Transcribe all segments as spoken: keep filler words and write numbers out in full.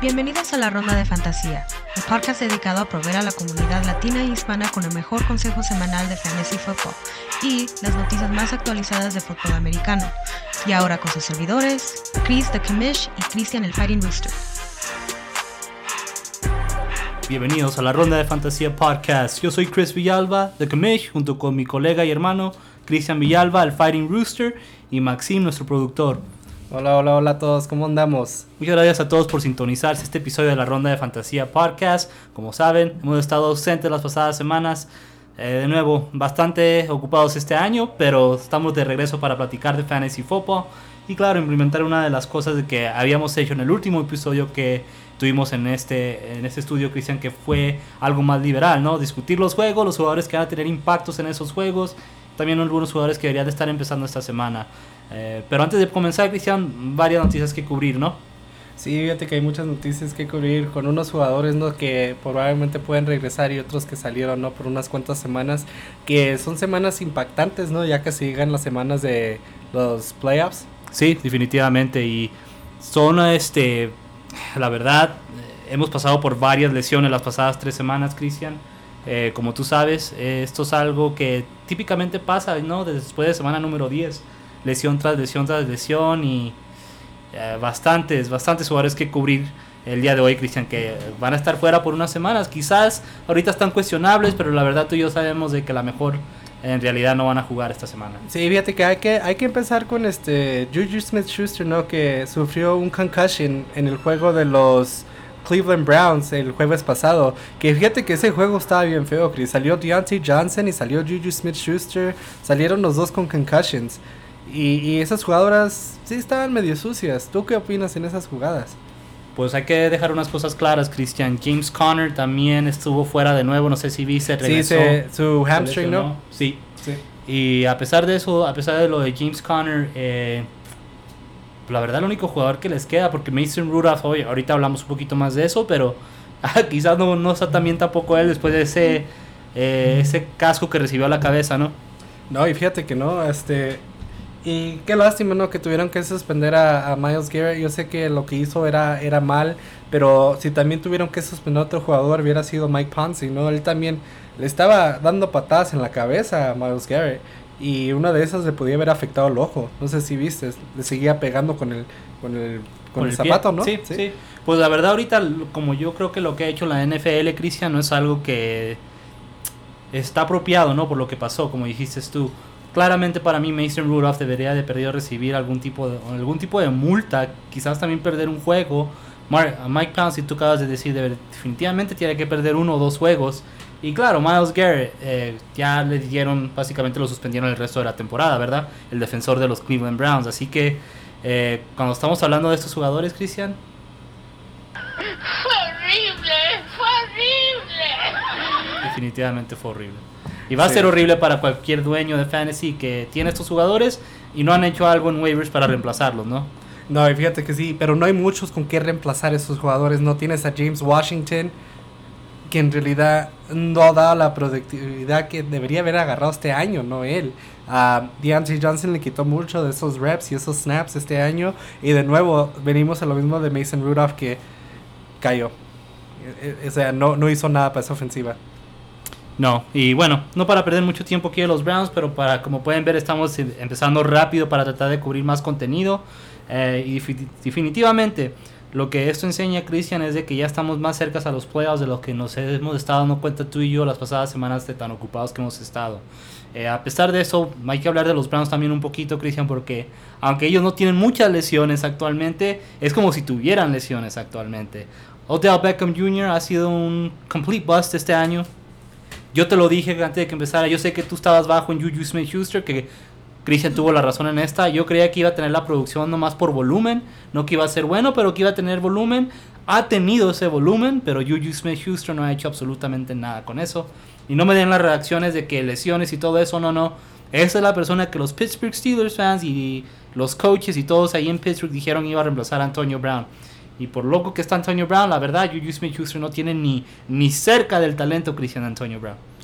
Bienvenidos a La Ronda de Fantasía, el podcast dedicado a proveer a la comunidad latina e hispana con el mejor consejo semanal de Fantasy Football y las noticias más actualizadas de fútbol americano. Y ahora con sus servidores, Chris The Commish y Christian el Fighting Rooster. Bienvenidos a La Ronda de Fantasía Podcast. Yo soy Chris Villalba, The Commish, junto con mi colega y hermano Christian Villalba, el Fighting Rooster, y Maxim, nuestro productor. Hola, hola, hola a todos, ¿cómo andamos? Muchas gracias a todos por sintonizarse este episodio de La Ronda de Fantasía Podcast. Como saben, hemos estado ausentes las pasadas semanas. Eh, de nuevo, bastante ocupados este año, pero estamos de regreso para platicar de Fantasy Football. Y claro, implementar una de las cosas de que habíamos hecho en el último episodio que tuvimos en este, en este estudio, Cristian, que fue algo más liberal, ¿no? Discutir los juegos, los jugadores que van a tener impactos en esos juegos, también algunos jugadores que deberían de estar empezando esta semana. Eh, pero antes de comenzar, Cristian, varias noticias que cubrir, ¿no? Sí, fíjate que hay muchas noticias que cubrir con unos jugadores, ¿no?, que probablemente pueden regresar y otros que salieron, ¿no?, por unas cuantas semanas, que son semanas impactantes, ¿no?, ya que se llegan las semanas de los playoffs. Sí, definitivamente, y son, este, la verdad, eh, hemos pasado por varias lesiones las pasadas tres semanas, Cristian. Eh, como tú sabes, eh, esto es algo que típicamente pasa, ¿no?, después de semana número diez. Lesión tras lesión tras lesión y eh, bastantes, bastantes jugadores que cubrir el día de hoy, Cristian, que van a estar fuera por unas semanas. Quizás ahorita están cuestionables, pero la verdad tú y yo sabemos de que la mejor en realidad no van a jugar esta semana. Sí, fíjate que hay que, hay que empezar con este Juju Smith-Schuster, ¿no?, que sufrió un concussion en el juego de los Cleveland Browns el jueves pasado, que fíjate que ese juego estaba bien feo, Chris. Salió Deontay Johnson y salió Juju Smith-Schuster, salieron los dos con concussions. Y, y esas jugadoras sí estaban medio sucias. ¿Tú qué opinas en esas jugadas? Pues hay que dejar unas cosas claras, Christian. James Conner también estuvo fuera de nuevo. No sé si viste, regresó. Sí, se, su hamstring, ¿no? Sí. sí. Y a pesar de eso, a pesar de lo de James Conner, eh, la verdad el único jugador que les queda, porque Mason Rudolph, hoy, ahorita hablamos un poquito más de eso, pero ah, quizás no, no está tan bien tampoco él después de ese, eh, ese casco que recibió a la cabeza, ¿no? No, y fíjate que no, este... Y qué lástima, ¿no?, que tuvieron que suspender a, a Myles Garrett. Yo sé que lo que hizo era, era mal, pero si también tuvieron que suspender a otro jugador hubiera sido Mike Pouncey, ¿no? Él también le estaba dando patadas en la cabeza a Myles Garrett y una de esas le podía haber afectado el ojo. No sé si viste, le seguía pegando con el con el, con con el, el zapato, pie. ¿no? Sí, sí, sí. Pues la verdad ahorita, como yo creo que lo que ha hecho la N F L, Cristian, no es algo que está apropiado, ¿no?, por lo que pasó, como dijiste tú. Claramente para mí Mason Rudolph debería de perder recibir algún tipo de algún tipo de multa, quizás también perder un juego. Mark, Mike Pouncey, tú acabas de decir, debe, definitivamente tiene que perder uno o dos juegos. Y claro, Myles Garrett eh, ya le dieron, básicamente lo suspendieron el resto de la temporada, ¿verdad? El defensor de los Cleveland Browns. Así que eh, cuando estamos hablando de estos jugadores, Cristian, ¡Fue horrible! ¡Fue horrible! Definitivamente fue horrible. Y va a sí. ser horrible para cualquier dueño de fantasy que tiene estos jugadores y no han hecho algo en waivers para reemplazarlos, ¿no? No, y fíjate que sí, pero no hay muchos con qué reemplazar a esos jugadores. No tienes a James Washington, que en realidad no ha dado la productividad que debería haber agarrado este año, no él. A uh, Deontay Johnson le quitó mucho de esos reps y esos snaps este año. Y de nuevo venimos a lo mismo de Mason Rudolph, que cayó. O sea, no, no hizo nada para esa ofensiva. No, y bueno, no para perder mucho tiempo aquí de los Browns, pero para, como pueden ver, estamos empezando rápido para tratar de cubrir más contenido. Eh, y definitivamente lo que esto enseña, Christian, es de que ya estamos más cerca a los playoffs de lo que nos hemos estado dando cuenta tú y yo las pasadas semanas de tan ocupados que hemos estado. Eh, a pesar de eso, hay que hablar de los Browns también un poquito, Christian, porque aunque ellos no tienen muchas lesiones actualmente, es como si tuvieran lesiones actualmente. Odell Beckham junior ha sido un complete bust este año. Yo te lo dije antes de que empezara. Yo sé que tú estabas bajo en Juju Smith-Schuster, que Christian tuvo la razón en esta. Yo creía que iba a tener la producción nomás por volumen, no que iba a ser bueno, pero que iba a tener volumen. Ha tenido ese volumen, pero Juju Smith-Schuster no ha hecho absolutamente nada con eso. Y no me den las reacciones de que lesiones y todo eso, no, no. Esa es la persona que los Pittsburgh Steelers fans y los coaches y todos ahí en Pittsburgh dijeron iba a reemplazar a Antonio Brown. Y por loco que está Antonio Brown, la verdad, Juju Smith-Schuster no tiene ni, ni cerca del talento Christian Antonio Brown.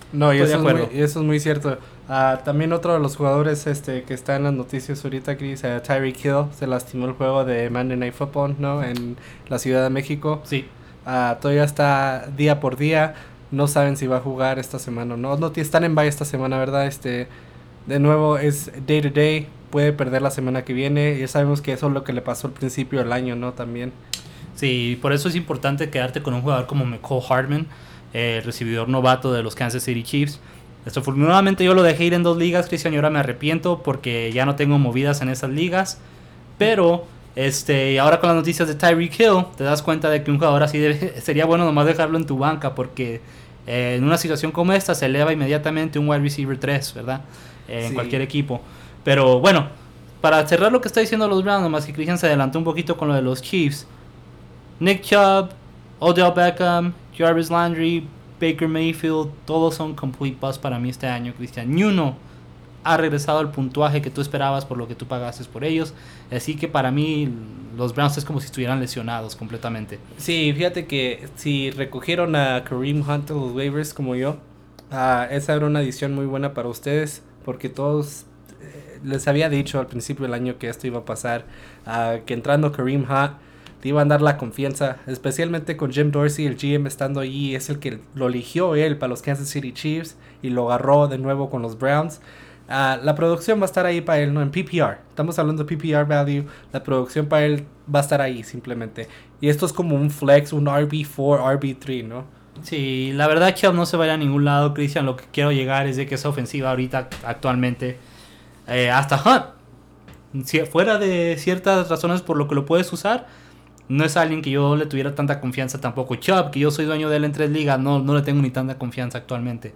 No, y Estoy eso, de es muy, acuerdo. y eso es muy cierto. Ah, también otro de los jugadores este que está en las noticias ahorita, Chris, uh, Tyreek Hill, se lastimó el juego de Monday Night Football, ¿no? En la Ciudad de México. Sí. Ah, todavía está día por día. No saben si va a jugar esta semana o no. No t- están en bye esta semana, ¿verdad? Este, de nuevo es day to day. Puede perder la semana que viene. Ya sabemos que eso es lo que le pasó al principio del año, ¿no? También. Sí, por eso es importante quedarte con un jugador como McCall Hardman, eh, recibidor novato de los Kansas City Chiefs. Desafortunadamente yo lo dejé ir en dos ligas, Cristian, y ahora me arrepiento porque ya no tengo movidas en esas ligas. Pero este, ahora con las noticias de Tyreek Hill, te das cuenta de que un jugador así debe, sería bueno nomás dejarlo en tu banca porque eh, en una situación como esta se eleva inmediatamente un wide receiver tres, ¿verdad? Eh, en Sí. cualquier equipo. Pero bueno, para cerrar lo que está diciendo los Browns, nomás que Cristian se adelantó un poquito con lo de los Chiefs. Nick Chubb, Odell Beckham, Jarvis Landry, Baker Mayfield, todos son complete bust para mí este año, Cristian. Ni uno ha regresado al puntuaje que tú esperabas por lo que tú pagaste por ellos. Así que para mí los Browns es como si estuvieran lesionados completamente. Sí, fíjate que si recogieron a Kareem Hunt de los waivers como yo, ah, esa era una adición muy buena para ustedes porque todos eh, les había dicho al principio del año que esto iba a pasar, ah, que entrando Kareem Hunt te iban a dar la confianza, especialmente con Jim Dorsey, el G M estando allí, es el que lo eligió él para los Kansas City Chiefs y lo agarró de nuevo con los Browns. Uh, la producción va a estar ahí para él, no en P P R. Estamos hablando de P P R value. La producción para él va a estar ahí simplemente. Y esto es como un flex, un R B cuatro, R B tres, ¿no? Sí, la verdad que no se vaya a ningún lado, Cristian. Lo que quiero llegar es de que esa ofensiva ahorita actualmente, eh, hasta Hunt, si fuera de ciertas razones por lo que lo puedes usar, no es alguien que yo le tuviera tanta confianza tampoco. Chubb, que yo soy dueño de él en tres ligas, no, no le tengo ni tanta confianza actualmente.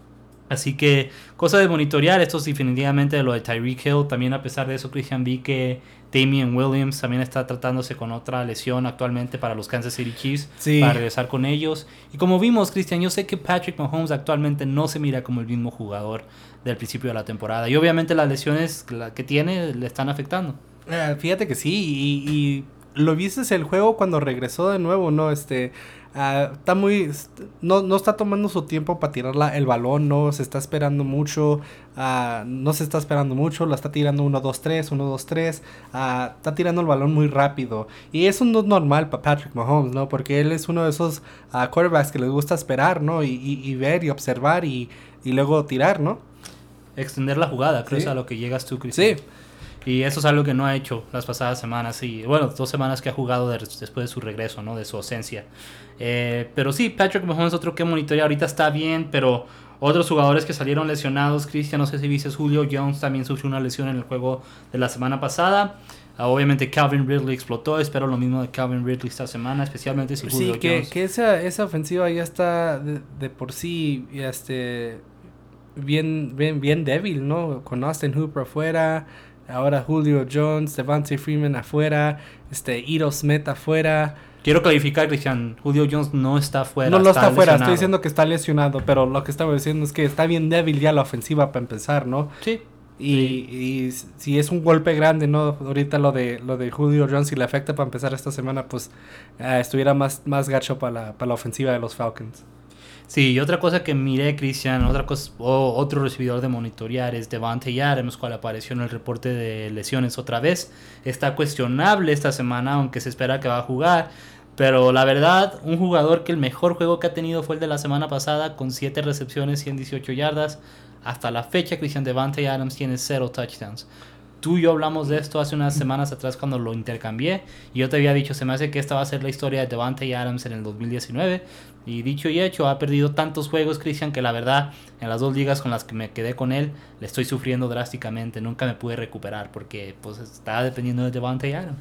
Así que, cosa de monitorear, esto es definitivamente de lo de Tyreek Hill. También a pesar de eso, Christian, vi que Damian Williams también está tratándose con otra lesión actualmente para los Kansas City Chiefs, sí, para regresar con ellos. Y como vimos, Christian, yo sé que Patrick Mahomes actualmente no se mira como el mismo jugador del principio de la temporada. Y obviamente las lesiones que tiene le están afectando. Uh, fíjate que sí, y, y lo viste el juego cuando regresó de nuevo, ¿no? Este... Uh, está muy no, no está tomando su tiempo para tirar la, el balón, no se está esperando mucho, uh, no se está esperando mucho, la está tirando uno dos tres, uno dos tres, uh, está tirando el balón muy rápido y eso no es normal para Patrick Mahomes, ¿no? Porque él es uno de esos uh, quarterbacks que les gusta esperar, ¿no? Y, y, y ver y observar y, y luego tirar, ¿no? Extender la jugada, creo que Sí. es a lo que llegas tú, Cristian. Sí. Y eso es algo que no ha hecho las pasadas semanas. Y bueno, dos semanas que ha jugado de, después de su regreso, ¿no? De su ausencia. Eh, pero sí, Patrick Mahomes, otro que monitorear. Ahorita está bien, pero otros jugadores que salieron lesionados, Cristian, no sé si viste, Julio Jones también sufrió una lesión en el juego de la semana pasada. Uh, obviamente Calvin Ridley explotó. Espero lo mismo de Calvin Ridley esta semana, especialmente si Julio Sí, que, Jones. que esa, esa ofensiva ya está de, de por sí este bien, bien, bien débil, ¿no? Con Austin Hooper afuera. Ahora Julio Jones, Devontae Freeman afuera, este Ito Smith afuera. Quiero clarificar, Cristian, Julio Jones no está fuera. No, no está afuera, lesionado. estoy diciendo que está lesionado, pero lo que estaba diciendo es que está bien débil ya la ofensiva para empezar, ¿no? Sí. Y, y si es un golpe grande, ¿no? Ahorita lo de lo de Julio Jones, si le afecta para empezar esta semana, pues uh, estuviera más, más gacho para la, para la ofensiva de los Falcons. Sí, y otra cosa que miré, Cristian, otra cosa, oh, otro recibidor de monitorear es Davante Adams, cual apareció en el reporte de lesiones otra vez. Está cuestionable esta semana, aunque se espera que va a jugar. Pero la verdad, un jugador que el mejor juego que ha tenido fue el de la semana pasada, con siete recepciones, ciento dieciocho yardas. Hasta la fecha, Cristian, Davante Adams tiene cero touchdowns. Tú y yo hablamos de esto hace unas semanas atrás cuando lo intercambié. Y yo te había dicho, se me hace que esta va a ser la historia de Davante Adams en el dos mil diecinueve. Y dicho y hecho, ha perdido tantos juegos, Cristian, que la verdad, en las dos ligas con las que me quedé con él, le estoy sufriendo drásticamente. Nunca me pude recuperar porque pues está dependiendo de Davante Adams.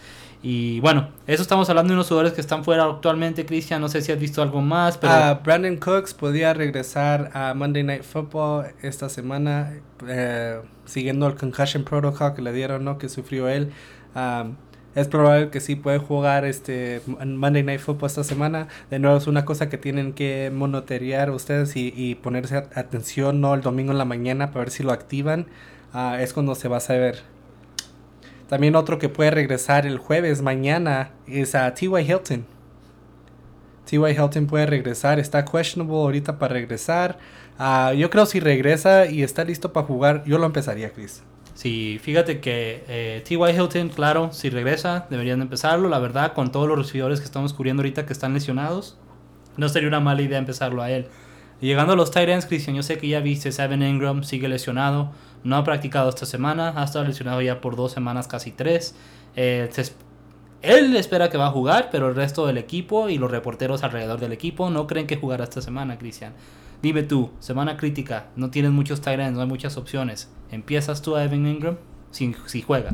Y bueno, eso estamos hablando de unos jugadores que están fuera actualmente, Cristian. No sé si has visto algo más, pero... Uh, Brandon Cooks podía regresar a Monday Night Football esta semana, eh, siguiendo el concussion protocol que le dieron, ¿no? Que sufrió él. Um, es probable que sí puede jugar este Monday Night Football esta semana. De nuevo, es una cosa que tienen que monitorear ustedes y, y ponerse atención, ¿no? El domingo en la mañana para ver si lo activan. Uh, es cuando se va a saber. También otro que puede regresar el jueves mañana es a T Y. Hilton. T Y. Hilton puede regresar, está questionable ahorita para regresar. Uh, yo creo si regresa y está listo para jugar, yo lo empezaría, Chris. Sí, fíjate que eh, T Y. Hilton, claro, si regresa, deberían de empezarlo. La verdad, con todos los recibidores que estamos cubriendo ahorita que están lesionados, no sería una mala idea empezarlo a él. Y llegando a los tight ends, Cristian, yo sé que ya viste, Evan Engram sigue lesionado, no ha practicado esta semana, ha estado lesionado ya por dos semanas, casi tres. Eh, se, él espera que va a jugar, pero el resto del equipo y los reporteros alrededor del equipo no creen que jugará esta semana, Cristian. Dime tú, semana crítica, no tienes muchos tight ends, no hay muchas opciones. ¿Empiezas tú a Evan Engram? Si, si juega.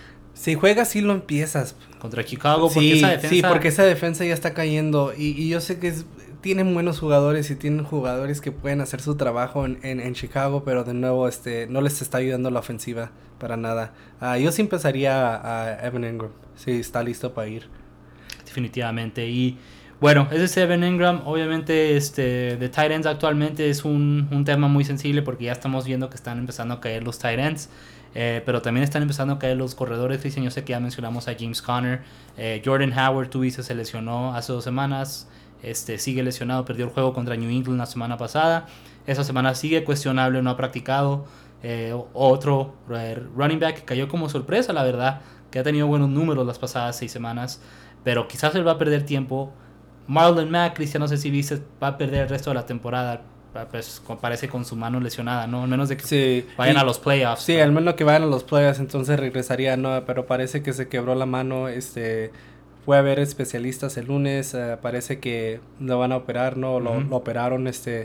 Si juega, sí lo empiezas. Contra Chicago, porque sí, esa defensa... Sí, porque esa defensa ya está cayendo. Y, y yo sé que es, tienen buenos jugadores y tienen jugadores que pueden hacer su trabajo en, en, en Chicago, pero de nuevo este no les está ayudando la ofensiva para nada. Uh, yo sí empezaría a, a Evan Engram. Sí, está listo para ir. Definitivamente. Y... bueno, ese es Evan Engram. Obviamente, este, de tight ends actualmente es un, un tema muy sensible porque ya estamos viendo que están empezando a caer los tight ends. Eh, pero también están empezando a caer los corredores. Cristian, yo sé que ya mencionamos a James Conner. Eh, Jordan Howard, tú viste, se lesionó hace dos semanas. Este, sigue lesionado, perdió el juego contra New England la semana pasada. Esa semana sigue cuestionable, no ha practicado. Eh, otro eh, running back que cayó como sorpresa, la verdad, que ha tenido buenos números las pasadas seis semanas. Pero quizás él va a perder tiempo. Marlon Mack, Cristian, no sé si viste, va a perder el resto de la temporada. Pues parece con su mano lesionada, ¿no? Al menos de que sí, vayan y, a los playoffs. Sí, ¿no? al menos que vayan a los playoffs, entonces regresaría, ¿no? Pero parece que se quebró la mano, este... fue a ver especialistas el lunes, uh, parece que lo van a operar, ¿no? Lo, uh-huh. lo operaron, este...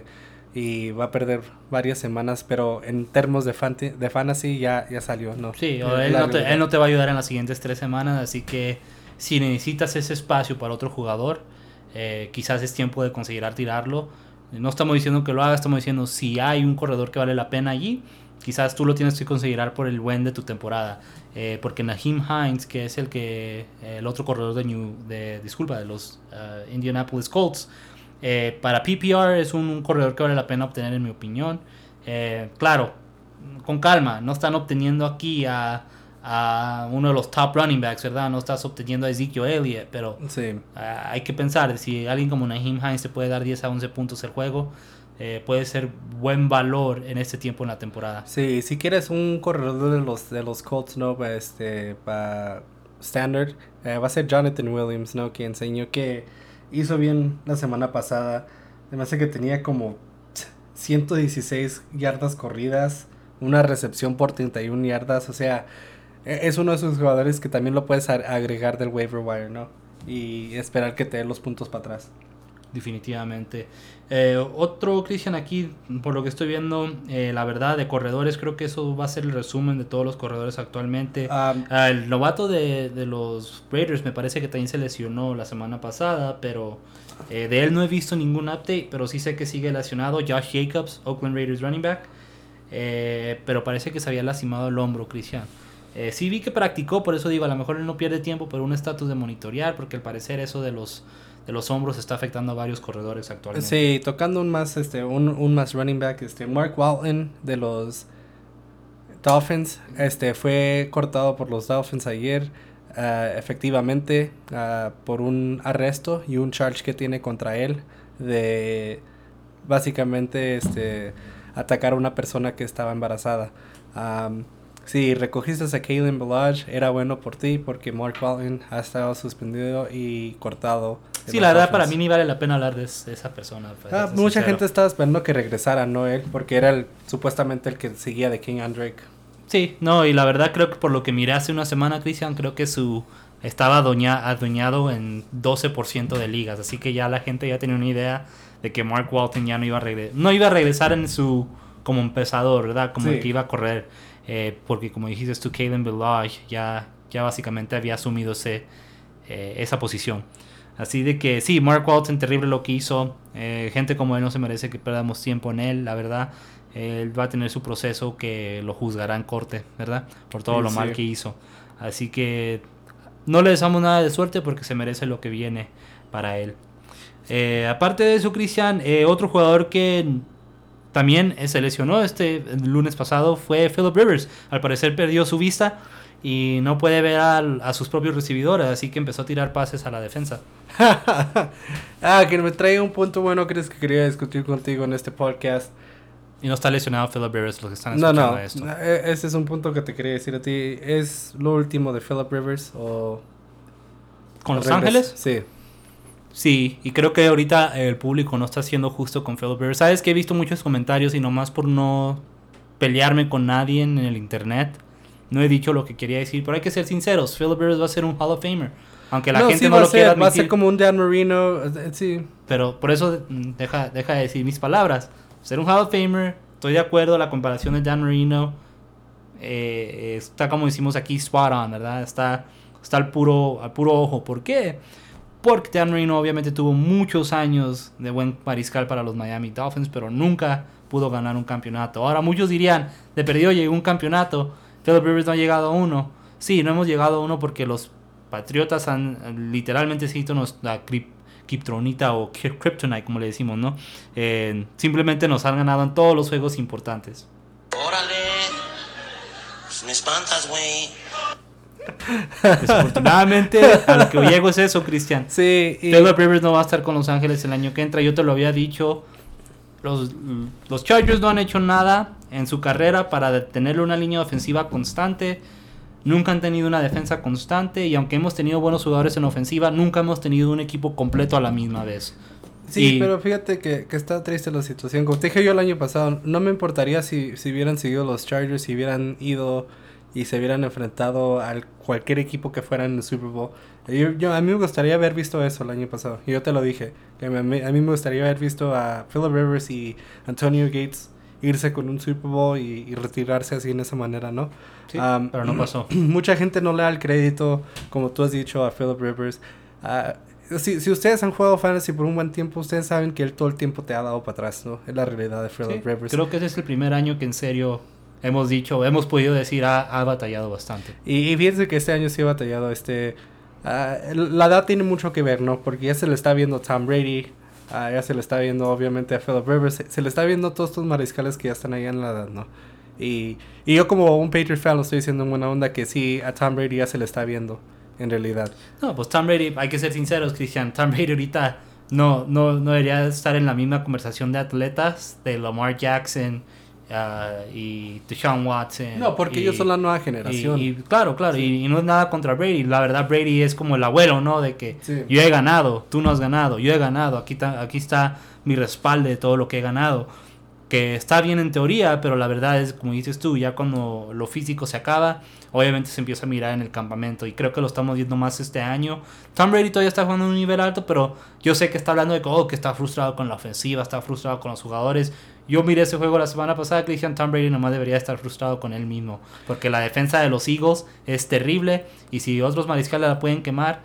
y va a perder varias semanas, pero en términos de, fanti- de fantasy ya, ya salió, ¿no? Sí, o él, no te, él no te va a ayudar en las siguientes tres semanas, así que si necesitas ese espacio para otro jugador, eh, quizás es tiempo de considerar tirarlo. No estamos diciendo que lo haga, estamos diciendo si hay un corredor que vale la pena allí, quizás tú lo tienes que considerar por el buen de tu temporada. Eh, porque Nyheim Hines, que es el que eh, el otro corredor de, New, de disculpa de los uh, Indianapolis Colts, eh, para P P R es un, un corredor que vale la pena obtener en mi opinión. Eh, claro, con calma, no están obteniendo aquí a, a uno de los top running backs, ¿verdad? No estás obteniendo a Ezekiel Elliott, pero sí. uh, hay que pensar, si alguien como Nyheim Hines te puede dar diez a once puntos el juego, eh, puede ser buen valor en este tiempo en la temporada. Sí, si quieres un corredor de los de los Colts, ¿no? Este, para standard, eh, va a ser Jonathan Williams, ¿no? Que enseñó que hizo bien la semana pasada. Además de que tenía como ciento dieciséis yardas corridas, una recepción por treinta y una yardas, o sea, es uno de esos jugadores que también lo puedes agregar del waiver wire, ¿no? Y esperar que te dé los puntos para atrás. Definitivamente. Eh, otro, Cristian, aquí, por lo que estoy viendo, eh, la verdad, de corredores, creo que eso va a ser el resumen de todos los corredores actualmente. Um, uh, el novato de, de los Raiders me parece que también se lesionó la semana pasada, pero eh, de él no he visto ningún update, pero sí sé que sigue lesionado. Josh Jacobs, Oakland Raiders running back, eh, pero parece que se había lastimado el hombro, Cristian. Eh, sí vi que practicó, por eso digo, a lo mejor él no pierde tiempo, pero un estatus de monitorear, porque al parecer eso de los de los hombros está afectando a varios corredores actualmente. Sí, tocando un más este un, un más running back, este Mark Walton de los Dolphins, este fue cortado por los Dolphins ayer, uh, efectivamente, uh, por un arresto y un charge que tiene contra él de básicamente este atacar a una persona que estaba embarazada. Um, Si recogiste a Kalen Ballage, era bueno por ti porque Mark Walton ha estado suspendido y cortado. Sí, la verdad offense. Para mí ni vale la pena hablar de, de esa persona. Ah, mucha sincero. gente estaba esperando que regresara, no él, porque era el, supuestamente el que seguía de King Drake. Sí, no, y la verdad creo que por lo que miré hace una semana, Cristian, creo que su estaba adueña, adueñado en doce por ciento de ligas, así que ya la gente ya tenía una idea de que Mark Walton ya no iba a regresar, no iba a regresar en su como empezador, ¿verdad? Como sí. el que iba a correr. Eh, porque como dijiste tú, Kalen Ballage ya, ya básicamente había asumido ese, eh, esa posición. Así de que sí, Mark Walton, terrible lo que hizo. Eh, gente como él no se merece que perdamos tiempo en él, la verdad. Eh, él va a tener su proceso que lo juzgará en corte, ¿verdad? Por todo sí, lo mal sí. que hizo. Así que no le deseamos nada de suerte porque se merece lo que viene para él. Eh, aparte de eso, Cristian, eh, otro jugador que también se lesionó este el lunes pasado fue Philip Rivers. Al parecer perdió su vista y no puede ver a, a sus propios recibidores, así que empezó a tirar pases a la defensa. ah, que me trae un punto bueno, crees que quería discutir contigo en este podcast. Y no está lesionado Philip Rivers, los que están No, escuchando no, esto. e- ese es un punto que te quería decir a ti. ¿Es lo último de Philip Rivers o...? ¿Con Los Rivers? Ángeles? Sí. Sí, y creo que ahorita el público no está siendo justo con Philip Rivers. Sabes que he visto muchos comentarios y nomás por no pelearme con nadie en el internet, no he dicho lo que quería decir, pero hay que ser sinceros. Philip Rivers va a ser un Hall of Famer. Aunque la no, gente sí, no va lo a ser, quiera va a admitir. ser como un Dan Marino, eh, sí. Pero por eso mm, deja, deja de decir mis palabras. Ser un Hall of Famer, estoy de acuerdo, la comparación de Dan Marino eh, está, como decimos aquí, spot on, ¿verdad? Está, está al, puro, al puro ojo. ¿Por qué? Porque Dan Marino obviamente tuvo muchos años de buen mariscal para los Miami Dolphins, pero nunca pudo ganar un campeonato. Ahora muchos dirían, de perdido llegó un campeonato, Philip Rivers no ha llegado a uno. Sí, no hemos llegado a uno porque los Patriotas han literalmente sido la Kryptonita o Kryptonite, como le decimos, ¿no? Eh, simplemente nos han ganado en todos los juegos importantes. Órale, pues me espantas, güey. Desafortunadamente, a lo que llego es eso, Cristian. Sí, y... Philip Rivers no va a estar con Los Ángeles el año que entra. Yo te lo había dicho. Los, los Chargers no han hecho nada en su carrera para tenerle una línea ofensiva constante. Nunca han tenido una defensa constante. Y aunque hemos tenido buenos jugadores en ofensiva, nunca hemos tenido un equipo completo a la misma vez. Sí, y... pero fíjate que, que está triste la situación. Como te dije yo el año pasado, no me importaría si, si hubieran seguido los Chargers, si hubieran ido y se hubieran enfrentado a cualquier equipo que fuera en el Super Bowl. Yo, yo, a mí me gustaría haber visto eso el año pasado. Y yo te lo dije. Que me, a mí me gustaría haber visto a Philip Rivers y Antonio Gates irse con un Super Bowl y, y retirarse así en esa manera, ¿no? Sí, um, pero no pasó. Mucha gente no le da el crédito, como tú has dicho, a Philip Rivers. Uh, si, si ustedes han jugado fantasy por un buen tiempo, ustedes saben que él todo el tiempo te ha dado para atrás, ¿no? Es la realidad de Philip Sí, Rivers. creo que ese es el primer año que en serio hemos dicho, hemos podido decir, ha, ha batallado bastante. Y, y fíjense que este año sí ha batallado. Este, uh, la edad tiene mucho que ver, ¿no? Porque ya se le está viendo Tom Brady, uh, ya se le está viendo obviamente a Philip Rivers, se, se le está viendo a todos estos mariscales que ya están ahí en la edad, ¿no? Y, y yo como un Patriot fan lo estoy diciendo en buena onda que sí, a Tom Brady ya se le está viendo, en realidad. No, pues Tom Brady, hay que ser sinceros, Cristian, Tom Brady ahorita no, no, no debería estar en la misma conversación de atletas de Lamar Jackson uh, y Deshaun Watson. No, porque y, ellos son la nueva generación. Y, y claro, claro, Sí. y, y no es nada contra Brady. La verdad, Brady es como el abuelo, ¿no? De que Sí. yo he ganado, tú no has ganado, yo he ganado, aquí, ta, aquí está mi respaldo de todo lo que he ganado. Que está bien en teoría, pero la verdad es, como dices tú, ya cuando lo físico se acaba, obviamente se empieza a mirar en el campamento. Y creo que lo estamos viendo más este año. Tom Brady todavía está jugando a un nivel alto, pero yo sé que está hablando de que, oh, que está frustrado con la ofensiva, está frustrado con los jugadores. Yo miré ese juego la semana pasada, Christian. Tom Brady nomás debería estar frustrado con él mismo, porque la defensa de los Eagles es terrible, y si otros mariscales la pueden quemar,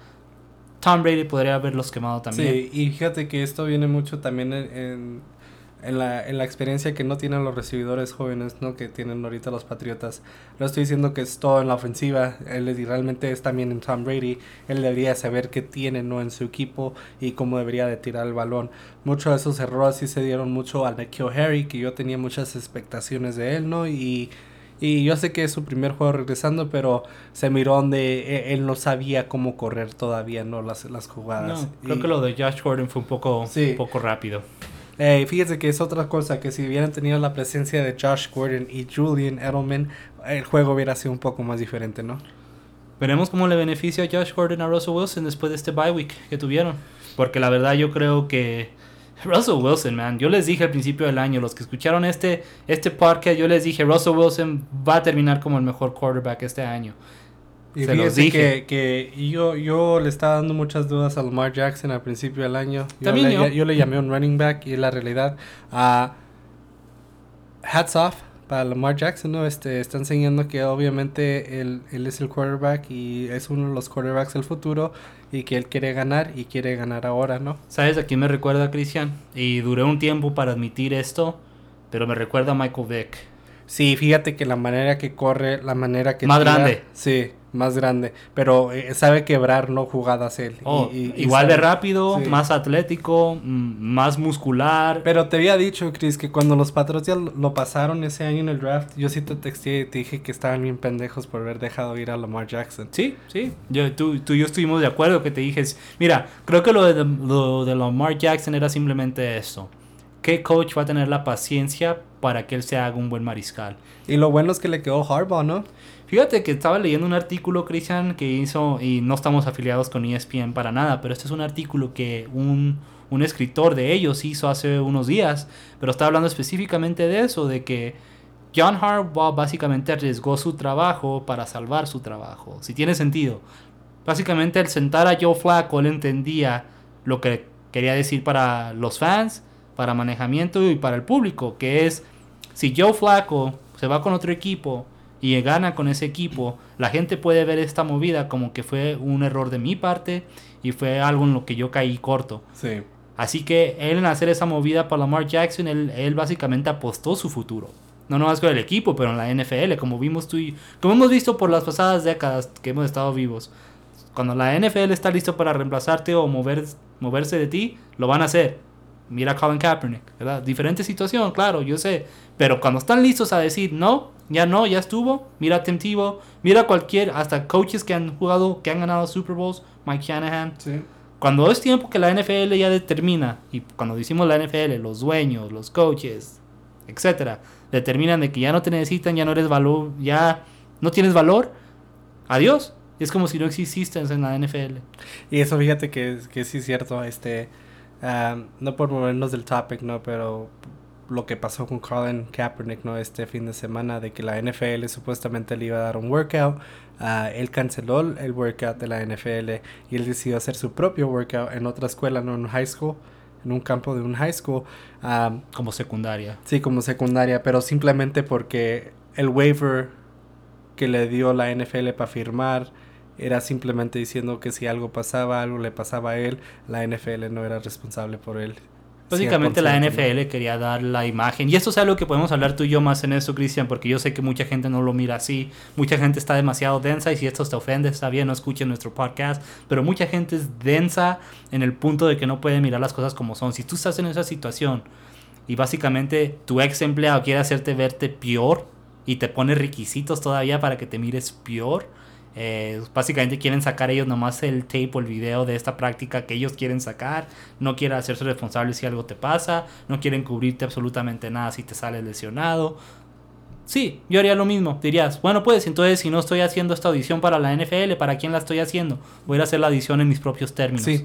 Tom Brady podría haberlos quemado también. Sí, y fíjate que esto viene mucho también en, en, en, la, en la experiencia que no tienen los recibidores jóvenes, ¿no? Que tienen ahorita los Patriotas. No estoy diciendo que es todo en la ofensiva, él es- realmente es también en Tom Brady. Él debería saber qué tiene, ¿no? En su equipo y cómo debería de tirar el balón. Muchos de esos errores sí se dieron mucho a N'Keal Harry, que yo tenía muchas expectaciones de él, ¿no? Y... Y yo sé que es su primer juego regresando, pero se miró donde e- él no sabía cómo correr todavía, ¿no? Las, las jugadas. No, creo Y- que lo de Josh Gordon fue un poco, Sí. un poco rápido. Eh, fíjese que es otra cosa, que si hubieran tenido la presencia de Josh Gordon y Julian Edelman, el juego hubiera sido un poco más diferente, ¿no? Veremos cómo le beneficia a Josh Gordon a Russell Wilson después de este bye week que tuvieron. Porque la verdad yo creo que Russell Wilson, man, yo les dije al principio del año, los que escucharon este, este podcast, yo les dije, Russell Wilson va a terminar como el mejor quarterback este año. Y Se los fíjese dije. que, que yo, yo le estaba dando muchas dudas a Lamar Jackson al principio del año. Yo También le, yo. yo le llamé un running back y la realidad, ah, hats off para Lamar Jackson, ¿no? Este, está enseñando que obviamente él, él es el quarterback y es uno de los quarterbacks del futuro y que él quiere ganar y quiere ganar ahora, ¿no? ¿Sabes a quién me recuerda, Cristian? Y duré un tiempo para admitir esto, pero me recuerda a Michael Vick. Sí, fíjate que la manera que corre, la manera que Más tira, grande. Sí, más grande. Pero eh, sabe quebrar, no jugadas él. Oh, Y- y- y igual de sabe- rápido, sí. más atlético, mm, más muscular. Pero te había dicho, Chris, que cuando los Patriots lo, lo pasaron ese año en el draft, yo sí te texté y te dije que estaban bien pendejos por haber dejado ir a Lamar Jackson. Sí, sí. Yo, tú, tú y yo estuvimos de acuerdo que te dije, mira, creo que lo de, lo de Lamar Jackson era simplemente esto. ¿Qué coach va a tener la paciencia para que él se haga un buen mariscal. Y lo bueno es que le quedó Harbaugh, ¿no? Fíjate que estaba leyendo un artículo, Cristian, que hizo, y no estamos afiliados con E S P N para nada, pero este es un artículo que un, un escritor de ellos hizo hace unos días, pero está hablando específicamente de eso, de que John Harbaugh básicamente arriesgó su trabajo para salvar su trabajo, si tiene sentido. Básicamente al sentar a Joe Flacco, él entendía lo que quería decir para los fans, para manejamiento y para el público, que es, si Joe Flacco se va con otro equipo y gana con ese equipo, la gente puede ver esta movida como que fue un error de mi parte y fue algo en lo que yo caí corto. Sí. Así que él en hacer esa movida para Lamar Jackson, él, él básicamente apostó su futuro. No nomás con el equipo, pero en la N F L, como vimos tú y como hemos visto por las pasadas décadas que hemos estado vivos. Cuando la N F L está listo para reemplazarte o mover, moverse de ti, lo van a hacer. Mira a Colin Kaepernick, ¿verdad? Diferente situación, claro, yo sé. Pero cuando están listos a decir, no, ya no, ya estuvo. Mira a Tim Tebow, mira a cualquier, hasta coaches que han jugado, que han ganado Super Bowls, Mike Shanahan. Sí. Cuando es tiempo que la N F L ya determina, y cuando decimos la N F L, los dueños, los coaches, etcétera, determinan de que ya no te necesitan, ya no eres valor, ya no tienes valor, adiós. Es como si no exististe en la N F L. Y eso fíjate que, que sí es cierto, este, um, no por movernos del topic, no, pero lo que pasó con Colin Kaepernick, no, este fin de semana, de que la N F L supuestamente le iba a dar un workout, uh, él canceló el workout de la N F L y él decidió hacer su propio workout en otra escuela, no en un high school, en un campo de un high school. Um, como secundaria. Sí, como secundaria, pero simplemente porque el waiver que le dio la N F L para firmar era simplemente diciendo que si algo pasaba, algo le pasaba a él, la N F L no era responsable por él. Básicamente la N F L ¿no? quería dar la imagen, y esto es algo que podemos hablar tú y yo más en eso, Cristian, porque yo sé que mucha gente no lo mira así, mucha gente está demasiado densa, y si esto te ofende, está bien, no escuchen nuestro podcast, pero mucha gente es densa en el punto de que no puede mirar las cosas como son. Si tú estás en esa situación y básicamente tu ex empleado quiere hacerte verte peor y te pone requisitos todavía para que te mires peor, Eh, básicamente quieren sacar ellos nomás el tape o el video de esta práctica que ellos quieren sacar, no quieren hacerse responsables si algo te pasa, no quieren cubrirte absolutamente nada si te sales lesionado. Sí, yo haría lo mismo, dirías, bueno pues entonces si no estoy haciendo esta audición para la N F L, ¿para quién la estoy haciendo? Voy a ir a hacer la audición en mis propios términos. Sí,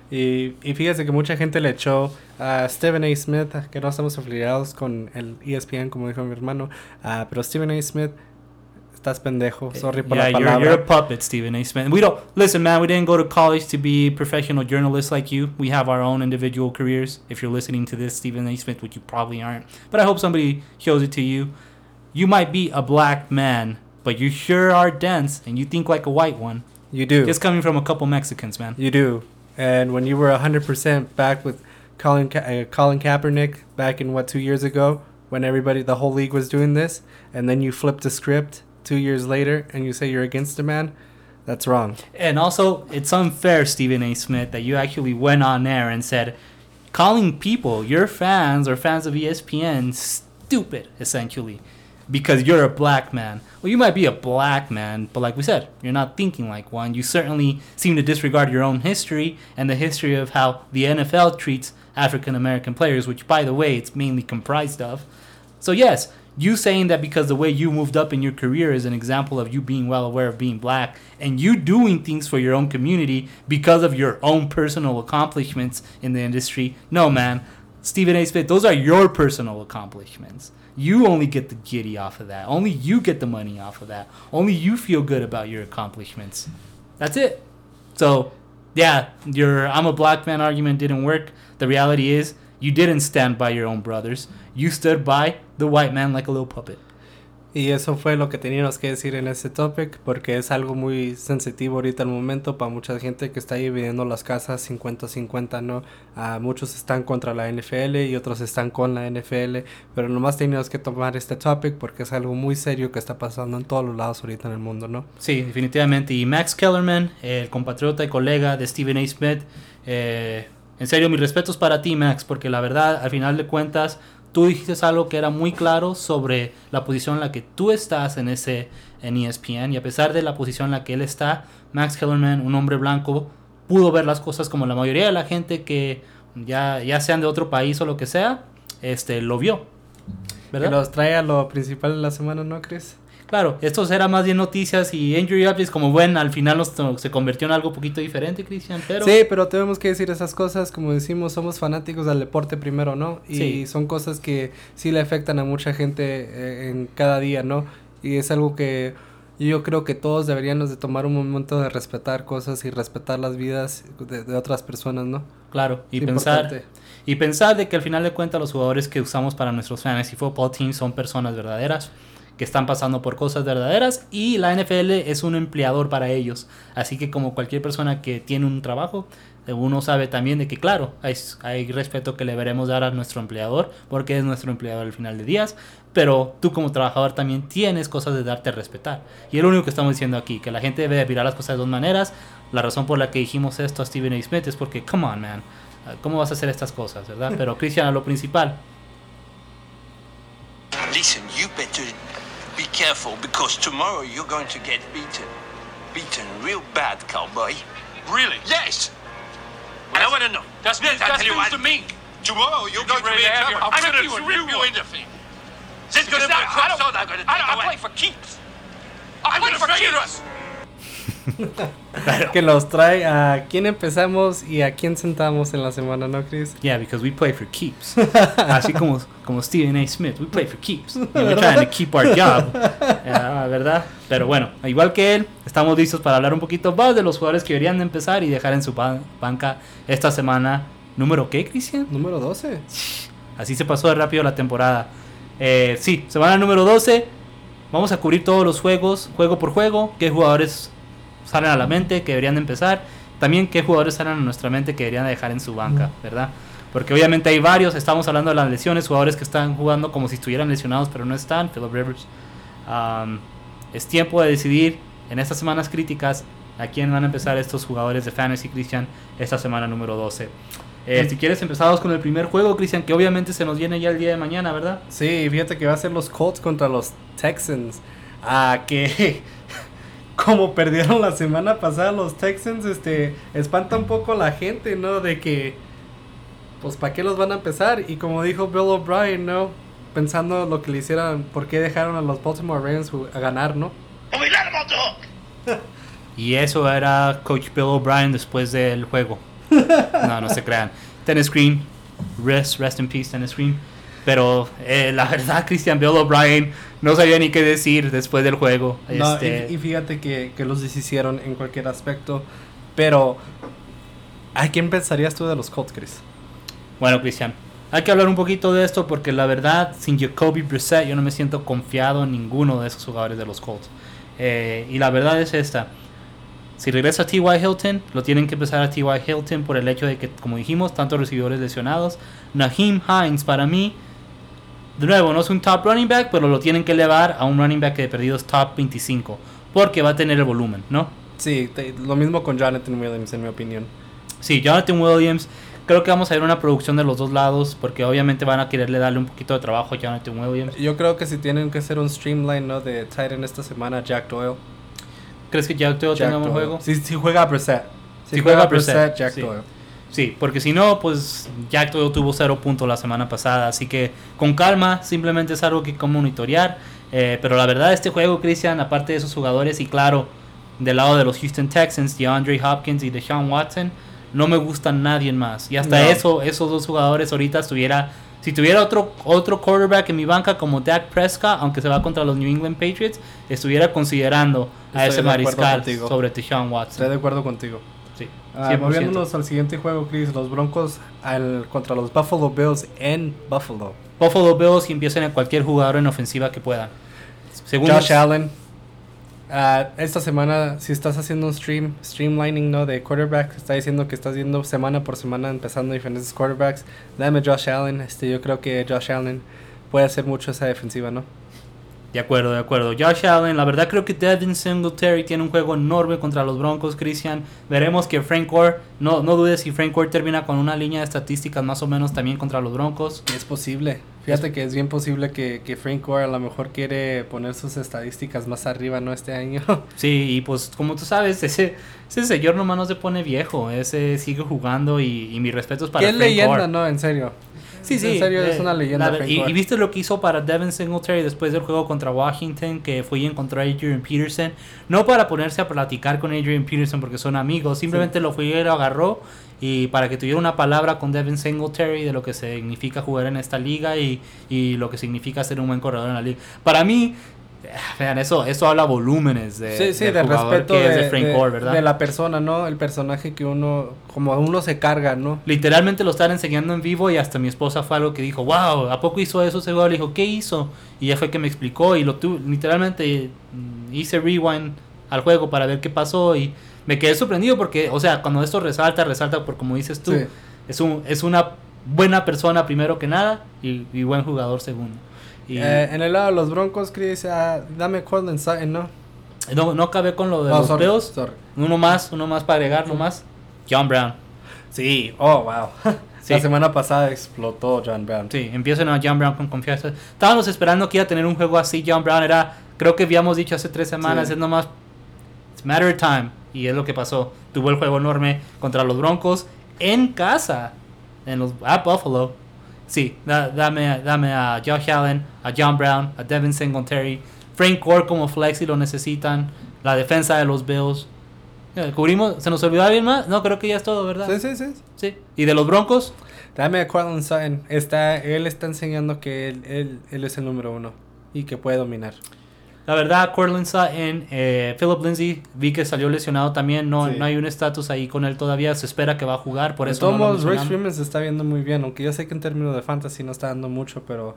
y, y fíjese que mucha gente le echó a Stephen A. Smith, que no estamos afiliados con el E S P N como dijo mi hermano, uh, pero Stephen A. Smith, estás pendejo, sorry por yeah, la you're, palabra. you're a puppet, Stephen A. Smith. We don't listen, man. We didn't go to college to be professional journalists like you. We have our own individual careers. If you're listening to this, Stephen A. Smith, which you probably aren't, but I hope somebody shows it to you. You might be a black man, but you sure are dense, and you think like a white one. You do. Just coming from a couple Mexicans, man. You do. And when you were one hundred percent back with Colin Ka- uh, Colin Kaepernick back in what two years ago, when everybody, the whole league was doing this, and then you flipped the script two years later and you say you're against the man, that's wrong. And also, it's unfair, Stephen A. Smith, that you actually went on air and said, calling people, your fans or fans of E S P N, stupid, essentially, because you're a black man. Well, you might be a black man, but like we said, you're not thinking like one. You certainly seem to disregard your own history and the history of how the N F L treats African-American players, which, by the way, it's mainly comprised of. So, yes, you saying that because the way you moved up in your career is an example of you being well aware of being black and you doing things for your own community because of your own personal accomplishments in the industry. No, man. Stephen A. Smith, those are your personal accomplishments. You only get the giddy off of that. Only you get the money off of that. Only you feel good about your accomplishments. That's it. So, yeah, your I'm a black man argument didn't work. The reality is you didn't stand by your own brothers. You stood by the white man like a little puppet. Y eso fue lo que teníamos que decir en ese topic, porque es algo muy sensitivo ahorita al momento para mucha gente que está dividiendo las casas cincuenta cincuenta, ¿no? Uh, muchos están contra la N F L y otros están con la N F L, pero nomás teníamos que tomar este topic porque es algo muy serio que está pasando en todos los lados ahorita en el mundo, ¿no? Sí, definitivamente. Y Max Kellerman, el compatriota y colega de Stephen A. Smith, eh, en serio, mis respetos para ti, Max, porque la verdad, al final de cuentas, tú dijiste algo que era muy claro sobre la posición en la que tú estás en ese en E S P N, y a pesar de la posición en la que él está, Max Kellerman, un hombre blanco, pudo ver las cosas como la mayoría de la gente que ya, ya sean de otro país o lo que sea, este, lo vio. ¿verdad? Que nos trae a lo principal de la semana, ¿no, Chris? Claro, esto será más bien noticias y injury updates, como bueno, al final nos, se convirtió en algo poquito diferente, Cristian, pero... Sí, pero tenemos que decir esas cosas, como decimos, somos fanáticos del deporte primero, ¿no? Y Sí. son cosas que sí le afectan a mucha gente eh, en cada día, ¿no? Y es algo que yo creo que todos deberíamos de tomar un momento de respetar cosas y respetar las vidas de, de otras personas, ¿no? Claro, y Es pensar, importante. y pensar de que al final de cuentas los jugadores que usamos para nuestros fantasy football teams son personas verdaderas, que están pasando por cosas verdaderas, y la N F L es un empleador para ellos. Así que como cualquier persona que tiene un trabajo, uno sabe también de que claro, hay, hay respeto que le veremos dar a nuestro empleador, porque es nuestro empleador al final de días, pero tú como trabajador también tienes cosas de darte a respetar. Y es lo único que estamos diciendo aquí, que la gente debe de mirar las cosas de dos maneras. La razón por la que dijimos esto a Stephen A. Smith es porque, come on man, ¿cómo vas a hacer estas cosas, verdad? Pero Cristian, a lo principal. Listen, you better be careful because tomorrow you're going to get beaten. Beaten real bad, cowboy. Really? Yes! And I want to know. That's Yes, that's I'll tell you news what. to me. Tomorrow you're, You're going to ready be in to have trouble. your- I'm I'm going gonna to rip rip you you. in the thing. There's going to Because be a I- I quick don't- sword I'm going to I, take I away. play for keeps. I'm I play going to for figure keeps. us. Que nos trae a quién empezamos y a quién sentamos en la semana, ¿no, Chris? Yeah, because we play for keeps. Así como, como Stephen A. Smith, we play for keeps. And we're trying to keep our job. Ah, ¿verdad? Pero bueno, igual que él, estamos listos para hablar un poquito más de los jugadores que deberían de empezar y dejar en su ban- banca esta semana. ¿Número qué, Cristian? Número doce. Así se pasó de rápido la temporada. Eh, sí, semana número doce. Vamos a cubrir todos los juegos, juego por juego. Qué jugadores salen a la mente que deberían de empezar. También qué jugadores salen a nuestra mente que deberían de dejar en su banca, ¿verdad? Porque obviamente hay varios. Estamos hablando de las lesiones. Jugadores que están jugando como si estuvieran lesionados, pero no están. Phillip Rivers. Um, es tiempo de decidir en estas semanas críticas a quién van a empezar estos jugadores de Fantasy, Cristian, esta semana número doce. Eh, si quieres empezamos con el primer juego, Cristian, que obviamente se nos viene ya el día de mañana, ¿verdad? Sí, fíjate que va a ser los Colts contra los Texans. Ah, que como perdieron la semana pasada los Texans, este, espanta un poco a la gente, ¿no? De que, pues, ¿para qué los van a empezar? Y como dijo Bill O'Brien, ¿no? Pensando lo que le hicieran, ¿por qué dejaron a los Baltimore Ravens ju- a ganar, ¿no? And we let him off the hook. Y eso era Coach Bill O'Brien después del juego. No, no se crean. Tennis Green, rest, rest in peace, Tennis Green. Pero eh, la verdad, Christian, Bill O'Brien no sabía ni qué decir después del juego. No, Este, y, y fíjate que, que los deshicieron en cualquier aspecto. Pero, ¿a quién pensarías tú de los Colts, Chris? Bueno, Cristian, hay que hablar un poquito de esto porque la verdad, sin Jacoby Brissett, yo no me siento confiado en ninguno de esos jugadores de los Colts. Eh, y la verdad es esta. Si regresa T Y. Hilton, lo tienen que empezar a T Y. Hilton por el hecho de que, como dijimos, tantos recibidores lesionados. Naheem Hines, para mí, de nuevo, no es un top running back, pero lo tienen que elevar a un running back que de perdido es top veinticinco, porque va a tener el volumen, ¿no? Sí, te- lo mismo con Jonathan Williams, en mi opinión. Sí, Jonathan Williams, creo que vamos a ver una producción de los dos lados, porque obviamente van a quererle darle un poquito de trabajo a Jonathan Williams. Yo creo que si tienen que hacer un streamline, ¿no? De tight end esta semana, Jack Doyle. ¿Crees que Jack Doyle Jack tenga un Doyle. juego? Si, si juega Brissett. Si, Si juega, juega Brissett, Brissett, Jack sí. Doyle. Sí, porque si no, pues Jack Doyle tuvo cero puntos la semana pasada, así que con calma, simplemente es algo que hay que monitorear. Eh, pero la verdad, este juego, Christian, aparte de esos jugadores, y claro, del lado de los Houston Texans, DeAndre Hopkins y Deshaun Watson, no me gusta nadie más. Y hasta No. eso, esos dos jugadores ahorita estuviera, si tuviera otro otro quarterback en mi banca como Dak Prescott, aunque se va contra los New England Patriots, estuviera considerando a Estoy ese de acuerdo mariscal contigo. sobre Deshaun Watson. Estoy de acuerdo contigo. Sí, Ah, cien por ciento. moviéndonos al siguiente juego, Chris. Los Broncos al, contra los Buffalo Bills en Buffalo. Buffalo Bills y empiecen a cualquier jugador en ofensiva que puedan. Según Josh los- Allen. Ah, esta semana, si estás haciendo un stream, streamlining, ¿no? De quarterback, está diciendo que estás viendo semana por semana empezando diferentes quarterbacks. Dame Josh Allen. Este, yo creo que Josh Allen puede hacer mucho esa defensiva, ¿no? De acuerdo, de acuerdo. Josh Allen, la verdad creo que Devin Singletary tiene un juego enorme contra los Broncos, Christian. Veremos que Frank Gore, no, no dudes si Frank Gore termina con una línea de estadísticas más o menos también contra los Broncos. Es posible. Fíjate que es bien posible que, que Frank Gore a lo mejor quiere poner sus estadísticas más arriba, ¿no? Este año. Sí, y pues como tú sabes, ese, ese señor nomás no se pone viejo, ese sigue jugando y, y mi respeto es para Qué Frank leyenda, Gore. ¿no? En serio. Sí, sí. En serio, eh, es una leyenda. la- Frank y, Gore. y viste lo que hizo para Devin Singletary después del juego contra Washington, que fue y encontró a Adrian Peterson. No para ponerse a platicar con Adrian Peterson porque son amigos, simplemente Sí. lo fue y lo agarró. Y para que tuviera una palabra con Devin Singletary de lo que significa jugar en esta liga y, y lo que significa ser un buen corredor en la liga. Para mí, eh, vean, eso, eso habla volúmenes de, Sí, sí, del del jugador respeto que de, es de Frank de- Gore, ¿verdad? de la persona, ¿no? El personaje que uno, como uno se carga, ¿no? Literalmente lo estaban enseñando en vivo y hasta mi esposa fue algo que dijo, wow, ¿a poco hizo eso ese jugador? Le dijo, ¿qué hizo? Y ya fue que me explicó y lo tu literalmente mm, hice rewind al juego para ver qué pasó y me quedé sorprendido porque, o sea, cuando esto resalta, resalta por como dices tú, Sí. es, un, es una buena persona primero que nada y, y buen jugador segundo. Y Eh, en el lado de los Broncos, Chris, ah, dame Cortland Sutton, ¿no? no, no acabé con lo de Oh, los sorry, Bills. sorry. Uno más, uno más para agregar, uno más. John Brown. Sí, oh, wow. Sí. La semana pasada explotó John Brown. Sí, empiezan a John Brown con confianza. Estábamos esperando que iba a tener un juego así. John Brown era, creo que habíamos dicho hace tres semanas, Sí. es nomás, it's matter of time. Y es lo que pasó. Tuvo el juego enorme contra los Broncos en casa, en los a Buffalo. Sí, da- dame, dame a Josh Allen, a John Brown, a Devin Singletary, Frank Gore como flex si lo necesitan, la defensa de los Bills. Eh, ¿Cubrimos? ¿Se nos olvidó alguien más? No, creo que ya es todo, ¿verdad? Sí, sí, sí. Sí. ¿Y de los Broncos? Dame a Cortland Sutton. Está, él está enseñando que él, él, él es el número uno y que puede dominar. La verdad, Cortland Sutton, eh, Philip Lindsay, vi que salió lesionado también. No, Sí. no hay un estatus ahí con él todavía. Se espera que va a jugar, por De eso todos no lo modos, Royce mencionamos. Freeman se está viendo muy bien, aunque yo sé que en términos de fantasy no está dando mucho, pero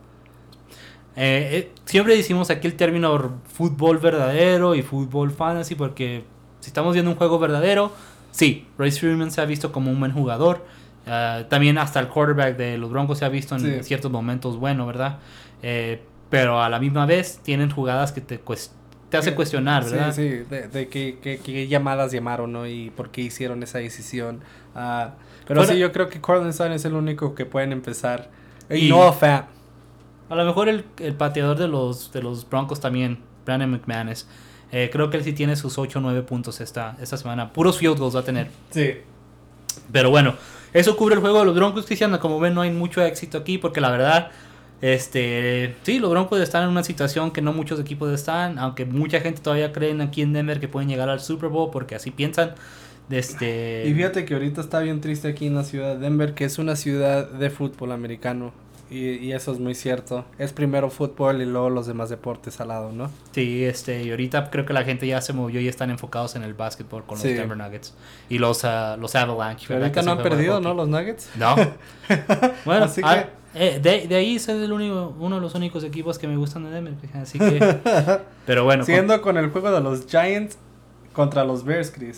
Eh, eh, siempre decimos aquí el término r- fútbol verdadero y fútbol fantasy, porque si estamos viendo un juego verdadero, sí, Royce Freeman se ha visto como un buen jugador. Ah, también hasta el quarterback de los Broncos se ha visto en Sí. ciertos momentos bueno, ¿verdad? Eh, pero a la misma vez tienen jugadas que te, cues- te hace cuestionar, ¿verdad? Sí, sí, de, de qué, qué- qué llamadas llamaron, ¿no? Y por qué hicieron esa decisión. Ah, pero Fuera- sí, yo creo que Cortland Sutton es el único que pueden empezar. Y- Y no Fat. A lo mejor el, el pateador de los, de los Broncos también, Brandon McManus. Eh, creo que él sí tiene sus ocho o nueve puntos esta, esta semana. Puros field goals va a tener. Sí. Pero bueno, eso cubre el juego de los Broncos, Cristiano. Como ven, no hay mucho éxito aquí porque la verdad, este, sí, los Broncos están en una situación que no muchos equipos están. Aunque mucha gente todavía creen aquí en Denver que pueden llegar al Super Bowl porque así piensan. Este, Y fíjate que ahorita está bien triste aquí en la ciudad de Denver, que es una ciudad de fútbol americano. Y, y eso es muy cierto. Es primero fútbol y luego los demás deportes al lado, ¿no? Sí, este, y ahorita creo que la gente ya se movió y están enfocados en el básquetbol con Sí. los Denver Nuggets y los, ah, los Avalanche. Pero ¿verdad? ahorita Que no se han juega perdido, hockey. ¿no? Los Nuggets. No. Bueno, Así ah, que- eh, de, de ahí es el único, uno de los únicos equipos que me gustan de Denver. Así que. Pero bueno. Siendo con el juego de los Giants contra los Bears, Chris.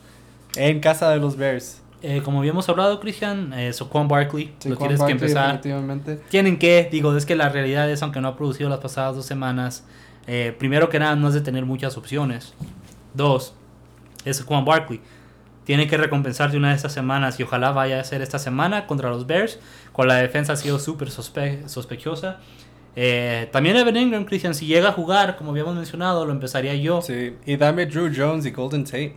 En casa de los Bears. con- eh, como habíamos hablado, Christian, eh, Saquon Barkley, lo Saquon tienes Barkley, que empezar. definitivamente. Tienen que, digo, es que la realidad es, aunque no ha producido las pasadas dos semanas, eh, primero que nada, no es de tener muchas opciones. Dos, es Saquon Barkley. Tiene que recompensar de una de estas semanas y ojalá vaya a ser esta semana contra los Bears. Con la defensa ha sido súper sospe sospechosa. Eh, también Evan Ingram, Christian, si llega a jugar, como habíamos mencionado, lo empezaría yo. Sí. Y dame Drew Jones y Golden Tate.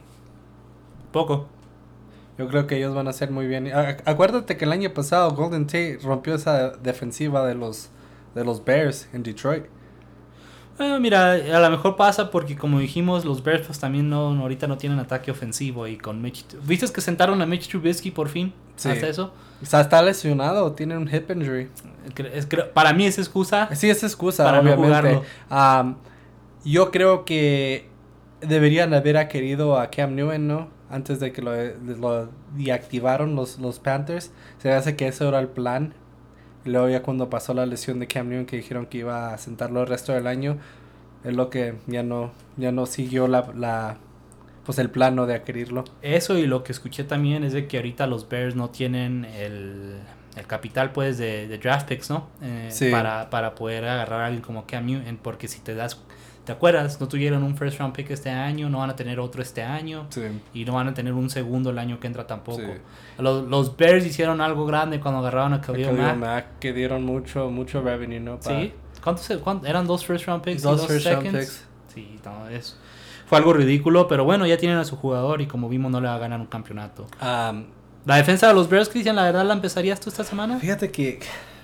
Poco. Yo creo que ellos van a hacer muy bien. A- acuérdate que el año pasado Golden Tate rompió esa defensiva de los de los Bears en Detroit. Bueno, mira, a lo mejor pasa porque como dijimos, los Bears pues, también no, no- ahorita no tienen ataque ofensivo y con Mitch... ¿Viste que sentaron a Mitch Trubisky por fin? Sí. Hasta eso. O sea, está lesionado o tiene un hip injury. Cre- es- creo- para mí es excusa. Sí, es excusa, Para no obviamente. jugarlo. Am, yo creo que deberían haber querido a Cam Newton, ¿no? Antes de que lo, lo deactivaron los, los Panthers. Se me hace que ese era el plan. Y luego ya cuando pasó la lesión de Cam Newton, que dijeron que iba a sentarlo el resto del año, es lo que ya no, ya no siguió la, la pues el plano de adquirirlo. Eso y lo que escuché también es de que ahorita los Bears no tienen el, el capital pues de, de draft picks, ¿no? Eh, Sí. para, para poder agarrar a alguien como Cam Newton, porque si te das, ¿te acuerdas? No tuvieron un first round pick este año, no van a tener otro este año Sí. y no van a tener un segundo el año que entra tampoco. Sí. Los, los Bears hicieron algo grande cuando agarraron a Khalil Khalil Mack. Mack, que dieron mucho, mucho revenue, ¿no? Pa- Sí. ¿Cuántos, cuántos- eran dos first round picks Dos y dos first round seconds? picks. Sí, no, es, fue algo ridículo, pero bueno, ya tienen a su jugador y como vimos no le va a ganar un campeonato. Am, La defensa de los Bears, Christian, la verdad la empezarías tú esta semana. Fíjate que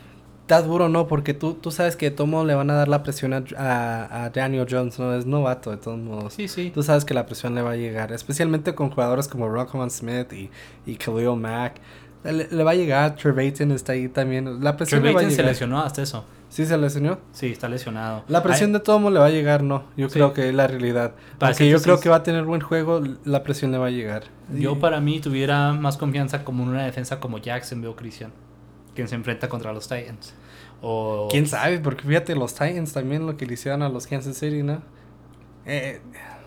está duro, ¿no? Porque tú, tú sabes que de todo modo le van a dar la presión a, a, a Daniel Jones, ¿no? Es novato, de todos modos. Sí, sí. Tú sabes que la presión le va a llegar, especialmente con jugadores como Roquan Smith y, y Khalil Mack. Le, le va a llegar, Trevathan está ahí también. La presión le va a Trevathan llegar. se lesionó hasta eso. ¿Sí se lesionó? Sí, está lesionado. La presión Ay, de todo modo le va a llegar, ¿no? Yo Sí. creo que es la realidad. Para Porque que yo esto creo sí que es- va a tener buen juego, la presión le va a llegar. Yo Y- para mí tuviera más confianza como en una defensa como Jacksonville, Christian, quien se enfrenta contra los Titans. O ¿Quién sabe? Porque fíjate, los Titans también lo que le hicieron a los Kansas City, ¿no? Eh,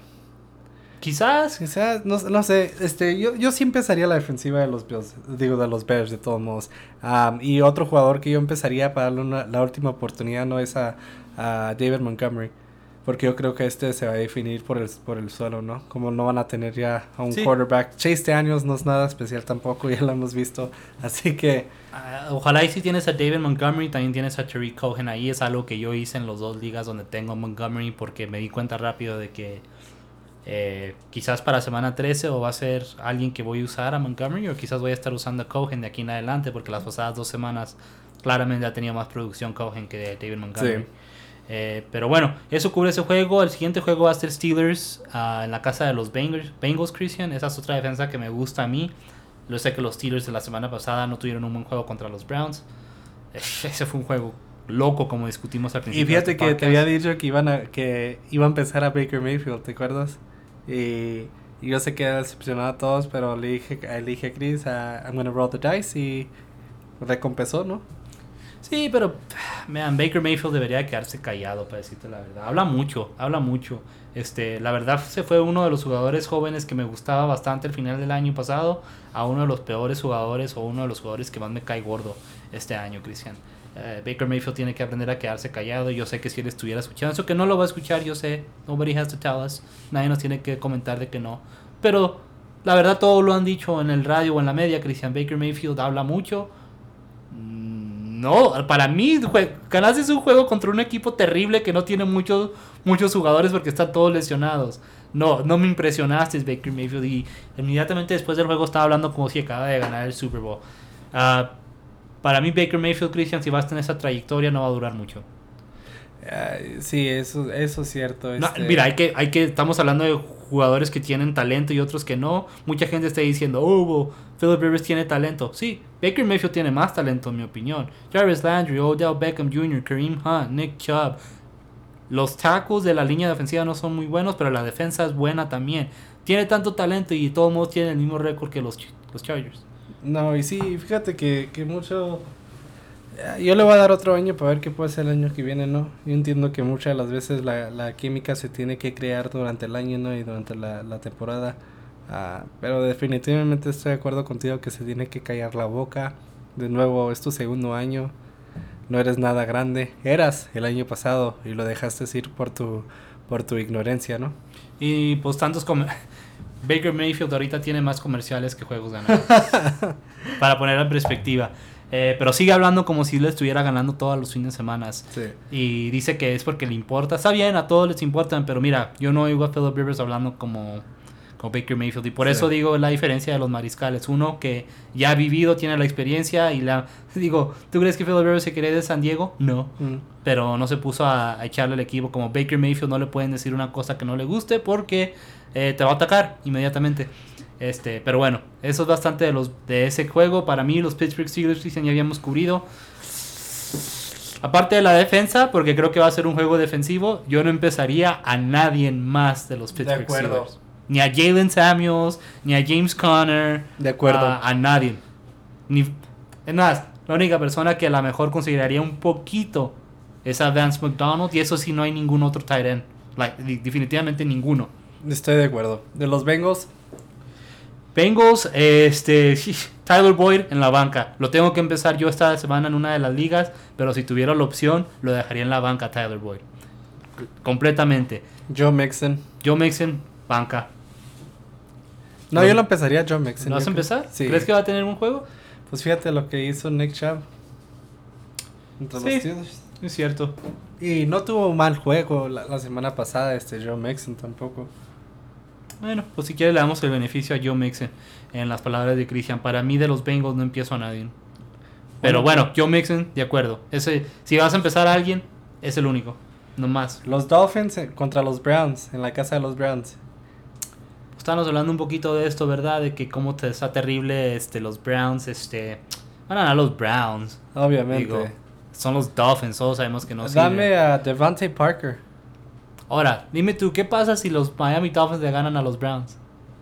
quizás quizás, no, no sé, este, yo, yo sí empezaría la defensiva de los Bills, digo, de los Bears, de todos modos. Um, y otro jugador que yo empezaría para darle una, la última oportunidad no es a, a David Montgomery. Porque yo creo que este se va a definir por el, por el suelo, ¿no? Como no van a tener ya a un Sí. quarterback. Chase Daniels no es nada especial tampoco, ya lo hemos visto. Así que, ah, ojalá y si tienes a David Montgomery, también tienes a Tariq Cohen ahí. Es algo que yo hice en las dos ligas donde tengo a Montgomery porque me di cuenta rápido de que eh, quizás para semana trece o va a ser alguien que voy a usar a Montgomery o quizás voy a estar usando a Cohen de aquí en adelante porque las pasadas dos semanas claramente ha tenido más producción Cohen que David Montgomery. Sí. Eh, pero bueno, eso cubre ese juego. El siguiente juego va a ser Steelers uh, en la casa de los Bengals, Bengals, Christian. Esa es otra defensa que me gusta a mí. Yo sé que los Steelers de la semana pasada no tuvieron un buen juego contra los Browns. Ese fue un juego loco como discutimos al principio. y fíjate de este que te podcast. había dicho que iban a, que iba a empezar a Baker Mayfield, ¿te acuerdas? Y, y yo sé que ha decepcionado a todos, pero le dije, le dije a Chris, uh, I'm gonna roll the dice y recompensó, ¿no? Sí, pero man, Baker Mayfield debería quedarse callado, para decirte la verdad. Habla mucho, habla mucho. Este, la verdad se fue uno de los jugadores jóvenes que me gustaba bastante al final del año pasado a uno de los peores jugadores o uno de los jugadores que más me cae gordo este año, Cristian. Uh, Baker Mayfield tiene que aprender a quedarse callado. Yo sé que si él estuviera escuchando, eso que no lo va a escuchar, yo sé. Nobody has to tell us. Nadie nos tiene que comentar de que no. Pero la verdad todo lo han dicho en el radio o en la media, Cristian. Baker Mayfield habla mucho. No, para mí ganaste un juego contra un equipo terrible que no tiene muchos muchos jugadores porque están todos lesionados. No, no me impresionaste, Baker Mayfield. Y inmediatamente después del juego estaba hablando como si acaba de ganar el Super Bowl. Uh, para mí Baker Mayfield, Christian, si vas a tener esa trayectoria no va a durar mucho. Uh, sí, eso, eso es cierto. No, este... mira, hay que, hay que, estamos hablando de jugadores que tienen talento y otros que no. Mucha gente está diciendo, oh, well, Philip Rivers tiene talento. Sí, Baker Mayfield tiene más talento en mi opinión. Jarvis Landry, Odell Beckham junior, Kareem Hunt, Nick Chubb. Los tackles de la línea defensiva no son muy buenos, pero la defensa es buena también. Tiene tanto talento y de todos modos tiene el mismo récord que los, los Chargers. No, y sí, fíjate que, que mucho... Yo le voy a dar otro año para ver qué puede ser el año que viene, ¿no? Yo entiendo que muchas de las veces la, la química se tiene que crear durante el año, ¿no? Y durante la, la temporada. Uh, pero definitivamente estoy de acuerdo contigo que se tiene que callar la boca. De nuevo, es tu segundo año. No eres nada grande. Eras el año pasado y lo dejaste ir por tu, por tu ignorancia, ¿no? Y pues tantos como... Baker Mayfield ahorita tiene más comerciales que juegos ganados. Para poner en perspectiva. Eh, pero sigue hablando como si le estuviera ganando todos los fines de semana. Sí. Y dice que es porque le importa. Está bien, a todos les importan, pero mira, yo no oigo a Philip Rivers hablando como, como Baker Mayfield. Y por Sí. eso digo la diferencia de los mariscales. Uno que ya ha vivido, tiene la experiencia y la... Digo, ¿tú crees que Philip Rivers se quería de San Diego? No. Mm. Pero no se puso a, a echarle al equipo. Como Baker Mayfield no le pueden decir una cosa que no le guste porque eh, te va a atacar inmediatamente. Este, pero bueno, eso es bastante de los de ese juego. Para mí los Pittsburgh Steelers ya habíamos cubrido. Aparte de la defensa, porque creo que va a ser un juego defensivo, yo no empezaría a nadie más de los Pittsburgh acuerdo. Steelers. Ni a Jalen Samuels, ni a James Conner. De acuerdo. A, a nadie. Ni, es más, la única persona que a lo mejor consideraría un poquito es a Vance McDonald. Y eso sí, no hay ningún otro tight end. Like, definitivamente ninguno. Estoy de acuerdo. De los Bengals... Bengals, este, Tyler Boyd en la banca. Lo tengo que empezar yo esta semana en una de las ligas, pero si tuviera la opción, lo dejaría en la banca Tyler Boyd. Completamente. Joe Mixon. Joe Mixon, banca. No, ¿Lo- yo lo empezaría Joe Mixon. ¿Lo vas a yo creo. empezar? Sí. ¿Crees que va a tener un juego? Pues fíjate lo que hizo Nick Chubb. Entre Sí. los Steelers. Es cierto. Y no tuvo un mal juego la, la semana pasada este Joe Mixon tampoco. Bueno, pues si quieres le damos el beneficio a Joe Mixon. En las palabras de Christian, para mí de los Bengals no empiezo a nadie. Pero bueno, Joe Mixon, de acuerdo. Ese, si vas a empezar a alguien, es el único. No más. Los Dolphins eh, contra los Browns, en la casa de los Browns. Estamos hablando un poquito de esto, ¿verdad? De que cómo te está terrible este, los Browns. Este, van a ganar los Browns. Obviamente. Digo, son los Dolphins, todos sabemos que no Dame sirven. a Devontae Parker. Ahora, dime tú, ¿qué pasa si los Miami Dolphins le ganan a los Browns?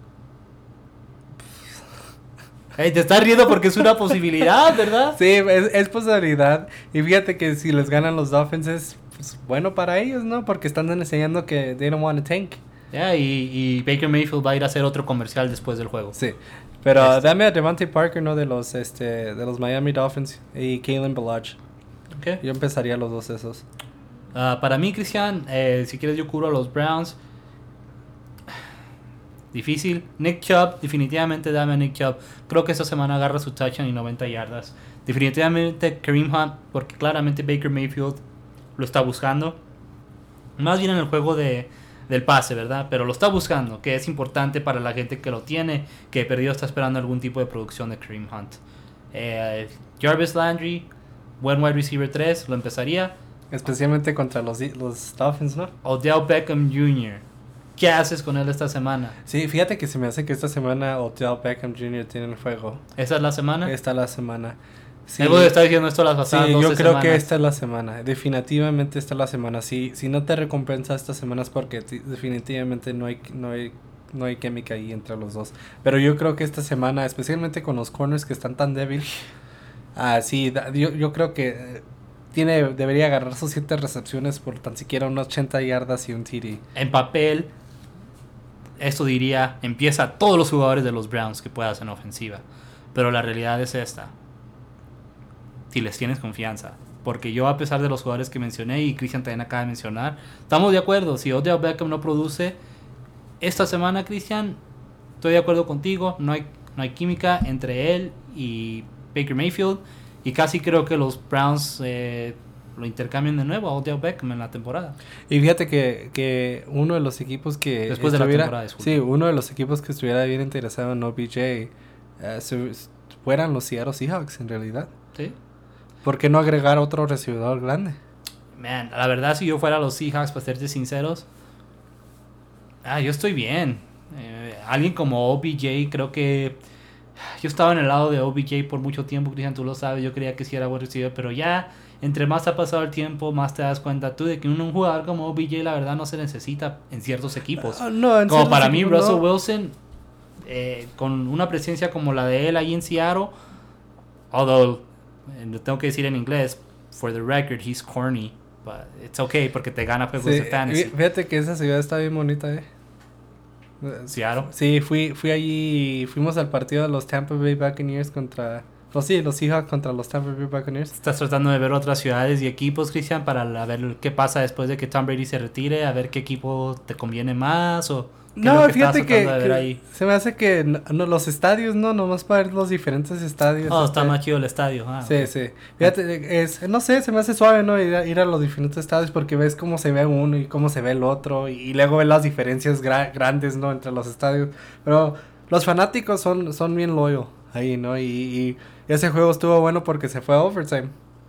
Hey, te estás riendo porque es una posibilidad, ¿verdad? Sí, es, es posibilidad. Y fíjate que si les ganan los Dolphins es pues, bueno para ellos, ¿no? Porque están enseñando que they don't want to tank. Yeah, y, y Baker Mayfield va a ir a hacer otro comercial después del juego. Sí. Pero Este. dame a Devontae Parker, ¿no? De los, este, de los Miami Dolphins y Kalen Ballage. Okay. Yo empezaría los dos esos. Uh, para mí, Cristian, eh, si quieres yo cubro a los Browns. Difícil. Nick Chubb, definitivamente dame a Nick Chubb. Creo que esta semana agarra su touchdown y noventa yardas. Definitivamente Kareem Hunt, porque claramente Baker Mayfield lo está buscando. Más bien en el juego de, del pase, ¿verdad? Pero lo está buscando, que es importante para la gente que lo tiene, que perdido está esperando algún tipo de producción de Kareem Hunt. Eh, Jarvis Landry, buen wide receiver tres, lo empezaría. Especialmente contra los, los Dolphins, ¿no? Odell Beckham junior ¿Qué haces con él esta semana? Sí, fíjate que se me hace que esta semana Odell Beckham junior tiene el juego. ¿Esa es la semana? Esta es la semana. Sí, Debo de estar diciendo esto las pasadas sí yo doce creo semanas. que esta es la semana. Definitivamente esta es la semana. Si, si no te recompensa esta semana es porque t- definitivamente no hay, no hay no hay química ahí entre los dos. Pero yo creo que esta semana, especialmente con los corners que están tan débiles, ah, sí, da, yo, yo creo que eh, tiene debería agarrar sus siete recepciones por tan siquiera unas ochenta yardas y un T D. En papel, esto diría, empieza a todos los jugadores de los Browns que puedas en ofensiva. Pero la realidad es esta. Si les tienes confianza. Porque yo, a pesar de los jugadores que mencioné y Cristian también acaba de mencionar, estamos de acuerdo. Si Odell Beckham no produce esta semana, Cristian, estoy de acuerdo contigo. No hay, no hay química entre él y Baker Mayfield. Y casi creo que los Browns eh, lo intercambian de nuevo a Odell Beckham en la temporada. Y fíjate que, que uno de los equipos que Después de la temporada, disculpa. sí, uno de los equipos que estuviera bien interesado en O B J eh, se, fueran los Seattle Seahawks en realidad. ¿Sí? ¿Por qué no agregar otro recibidor grande? Man, la verdad, si yo fuera a los Seahawks, para serte sinceros, ah, yo estoy bien. Eh, alguien como O B J, creo que yo estaba en el lado de O B J por mucho tiempo, Cristian, tú lo sabes. Yo creía que sí era buen receiver, pero ya entre más ha pasado el tiempo, más te das cuenta tú de que un, un jugador como O B J, la verdad, no se necesita en ciertos equipos. Uh, no, en como ciertos para mí, equipos, Russell no. Wilson, eh, con una presencia como la de él ahí en Seattle, although, eh, lo tengo que decir en inglés, for the record, he's corny, but it's okay porque te gana juegos Sí, de fantasy. fíjate que esa ciudad está bien bonita, eh. Seattle. Sí, fui, fui allí, fuimos al partido de los Tampa Bay Buccaneers contra, pues sí, los Seahawks contra los Tampa Bay Buccaneers. Estás tratando de ver otras ciudades y equipos, Cristian, para la- ver qué pasa después de que Tom Brady se retire, a ver qué equipo te conviene más o qué es lo No, que estás fíjate que, tratando de ver que ahí. se me hace que no, no, los estadios, no, nomás para ver los diferentes estadios. Oh, está este, más chido el estadio. Ah, Sí, ok. sí. Fíjate, es, no sé, se me hace suave, ¿no? Ir a, ir a los diferentes estadios porque ves cómo se ve uno y cómo se ve el otro. Y, y luego ves las diferencias gra- grandes, ¿no? Entre los estadios. Pero los fanáticos son, son bien loyal ahí, ¿no? Y, y ese juego estuvo bueno porque se fue a overtime.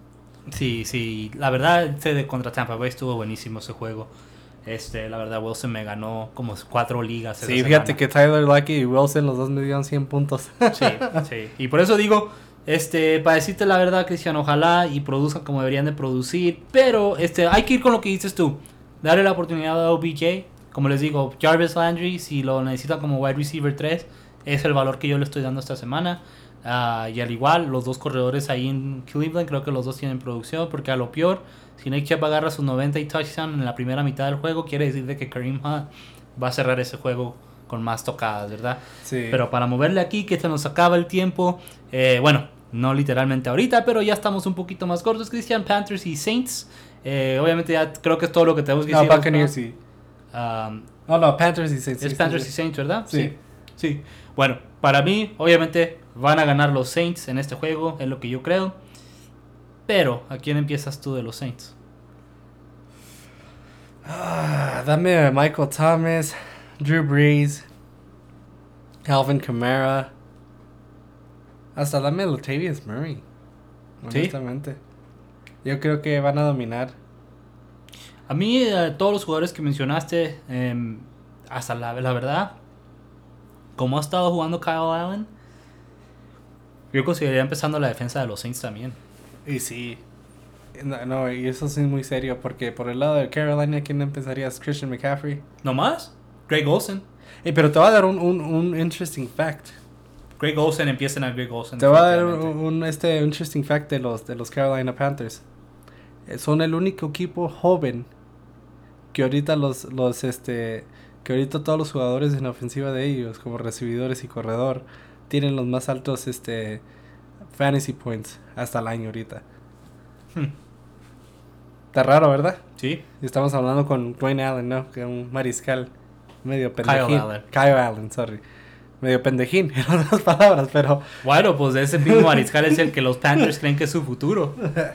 Sí, sí. La verdad, ese de contra Tampa Bay estuvo buenísimo ese juego. Este, la verdad, Wilson me ganó como cuatro ligas. esa Sí, fíjate semana. que Tyler Lucky y Wilson los dos me dieron cien puntos. Sí, sí. Y por eso digo, este, para decirte la verdad, Cristian, ojalá y produzcan como deberían de producir. Pero este, hay que ir con lo que dices tú. Darle la oportunidad a O B J. Como les digo, Jarvis Landry, si lo necesitan como wide receiver tres, es el valor que yo le estoy dando esta semana. Uh, y al igual, los dos corredores ahí en Cleveland, creo que los dos tienen producción. Porque a lo peor, si Nick Chubb agarra sus noventa y touchdown en la primera mitad del juego, quiere decir de que Kareem Hunt va a cerrar ese juego con más tocadas, ¿verdad? Sí. Pero para moverle aquí, que se nos acaba el tiempo, eh, bueno, no literalmente ahorita, pero ya estamos un poquito más cortos, Cristian. Panthers y Saints. Eh, obviamente ya creo que es todo lo que tenemos que No, decir. Buccaneers sí. Um, No, no, Panthers y Saints. es sí, Panthers sí, y sí. Saints, ¿verdad? Sí. Sí. Bueno, para mí, obviamente, van a ganar los Saints en este juego, es lo que yo creo. Pero, ¿a quién empiezas tú de los Saints? Ah, dame a Michael Thomas, Drew Brees, Alvin Kamara. Hasta dame a Latavius Murray. honestamente. Yo creo que van a dominar. A mí, eh, todos los jugadores que mencionaste, eh, hasta la, la verdad, como ha estado jugando Kyle Allen, yo consideraría empezando la defensa de los Saints también. Y sí. No, no, y eso sí es muy serio, porque por el lado de Carolina, ¿quién empezaría? Es Christian McCaffrey. ¿No más? Greg Olsen. Eh, pero te voy a dar un, un, un interesting fact. Greg Olsen, empiecen a Greg Olsen. Te voy a dar un, un este interesting fact de los, de los Carolina Panthers. Eh, son el único equipo joven que ahorita los, los este que ahorita todos los jugadores en la ofensiva de ellos, como recibidores y corredor, tienen los más altos este fantasy points hasta el año ahorita. Hmm. Está raro, ¿verdad? Sí. Y estamos hablando con Dwayne Allen, ¿no? Que es un mariscal medio pendejín. Kyle Allen. Kyle Allen, sorry. Medio pendejín, en otras palabras, pero... Bueno, pues ese mismo mariscal es el que los Panthers creen que es su futuro.